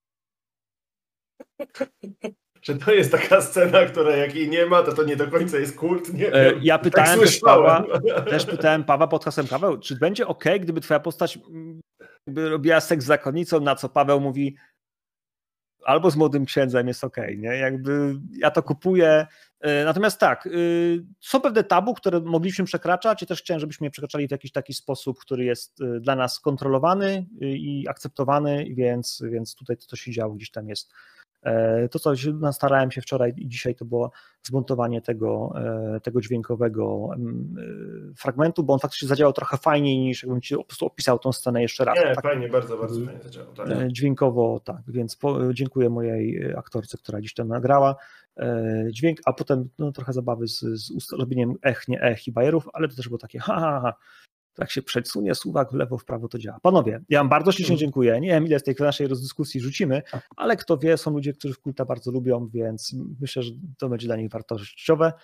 Speaker 2: Że to jest taka scena, która jak jej nie ma, to nie do końca jest kult. Nie wiem.
Speaker 1: Ja pytałem też Pawła pod hasłem, Paweł, czy będzie okej, gdyby twoja postać jakby robiła seks z zakonnicą, na co Paweł mówi, albo z młodym księdzem jest okej, nie? Jakby ja to kupuję. Natomiast tak, są pewne tabu, które mogliśmy przekraczać i też chciałem, żebyśmy je przekraczali w jakiś taki sposób, który jest dla nas kontrolowany i akceptowany, więc tutaj to, co się działo, gdzieś tam jest. To, co starałem się wczoraj i dzisiaj, to było zmontowanie tego dźwiękowego fragmentu, bo on faktycznie zadziałał trochę fajniej, niż jakbym ci po prostu opisał tą scenę jeszcze raz.
Speaker 2: Nie,
Speaker 1: tak,
Speaker 2: fajnie, bardzo fajnie zadziałał. Tak.
Speaker 1: Dźwiękowo tak, więc dziękuję mojej aktorce, która gdzieś tam nagrała dźwięk, a potem trochę zabawy z robieniem nie i bajerów, ale to też było takie jak się przesunie suwak w lewo, w prawo, to działa. Panowie, ja wam bardzo ślicznie dziękuję. Nie wiem, ile z tej naszej rozdyskusji rzucimy, ale kto wie, są ludzie, którzy w kulta bardzo lubią, więc myślę, że to będzie dla nich wartościowe.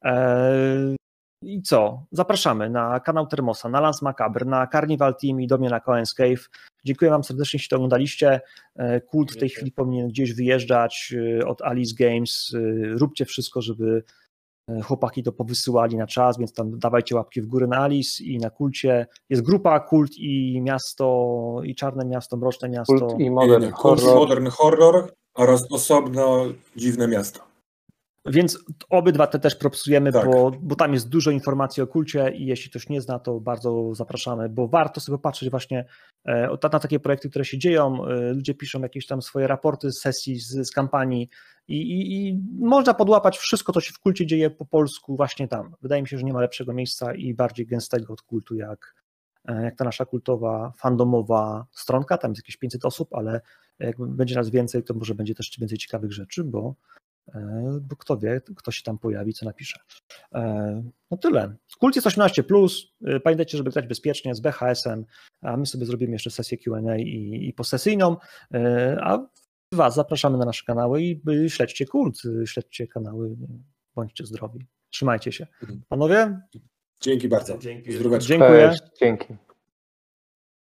Speaker 1: I co? Zapraszamy na kanał Termosa, na Lance Macabre, na Carnival Team i do mnie na Cohen's Cave. Dziękuję wam serdecznie, jeśli to oglądaliście. Kult w tej chwili powinien gdzieś wyjeżdżać od Alice Games. Róbcie wszystko, żeby chłopaki to powysyłali na czas, więc tam dawajcie łapki w górę na Alice i na kulcie. Jest grupa Kult i Miasto, i Czarne Miasto, Mroczne Miasto.
Speaker 4: Kult i Modern
Speaker 3: Kult, Modern Horror oraz osobno Dziwne Miasto.
Speaker 1: Więc obydwa te też propsujemy,
Speaker 3: tak.
Speaker 1: bo tam jest dużo informacji o kulcie i jeśli ktoś nie zna, to bardzo zapraszamy, bo warto sobie popatrzeć właśnie na takie projekty, które się dzieją. Ludzie piszą jakieś tam swoje raporty z sesji, z kampanii i można podłapać wszystko, co się w kulcie dzieje po polsku właśnie tam. Wydaje mi się, że nie ma lepszego miejsca i bardziej gęstego od kultu, jak ta nasza kultowa, fandomowa stronka. Tam jest jakieś 500 osób, ale jak będzie nas więcej, to może będzie też więcej ciekawych rzeczy, bo kto wie, kto się tam pojawi, co napisze. No tyle. Kult jest 18+, pamiętajcie, żeby grać bezpiecznie z BHS-em, a my sobie zrobimy jeszcze sesję Q&A i posesyjną, a was zapraszamy na nasze kanały i śledźcie kult, śledźcie kanały, bądźcie zdrowi. Trzymajcie się. Panowie?
Speaker 3: Dzięki bardzo.
Speaker 2: Dzięki.
Speaker 3: Zdróweczko.
Speaker 1: Dziękuję.
Speaker 4: Cześć, dzięki.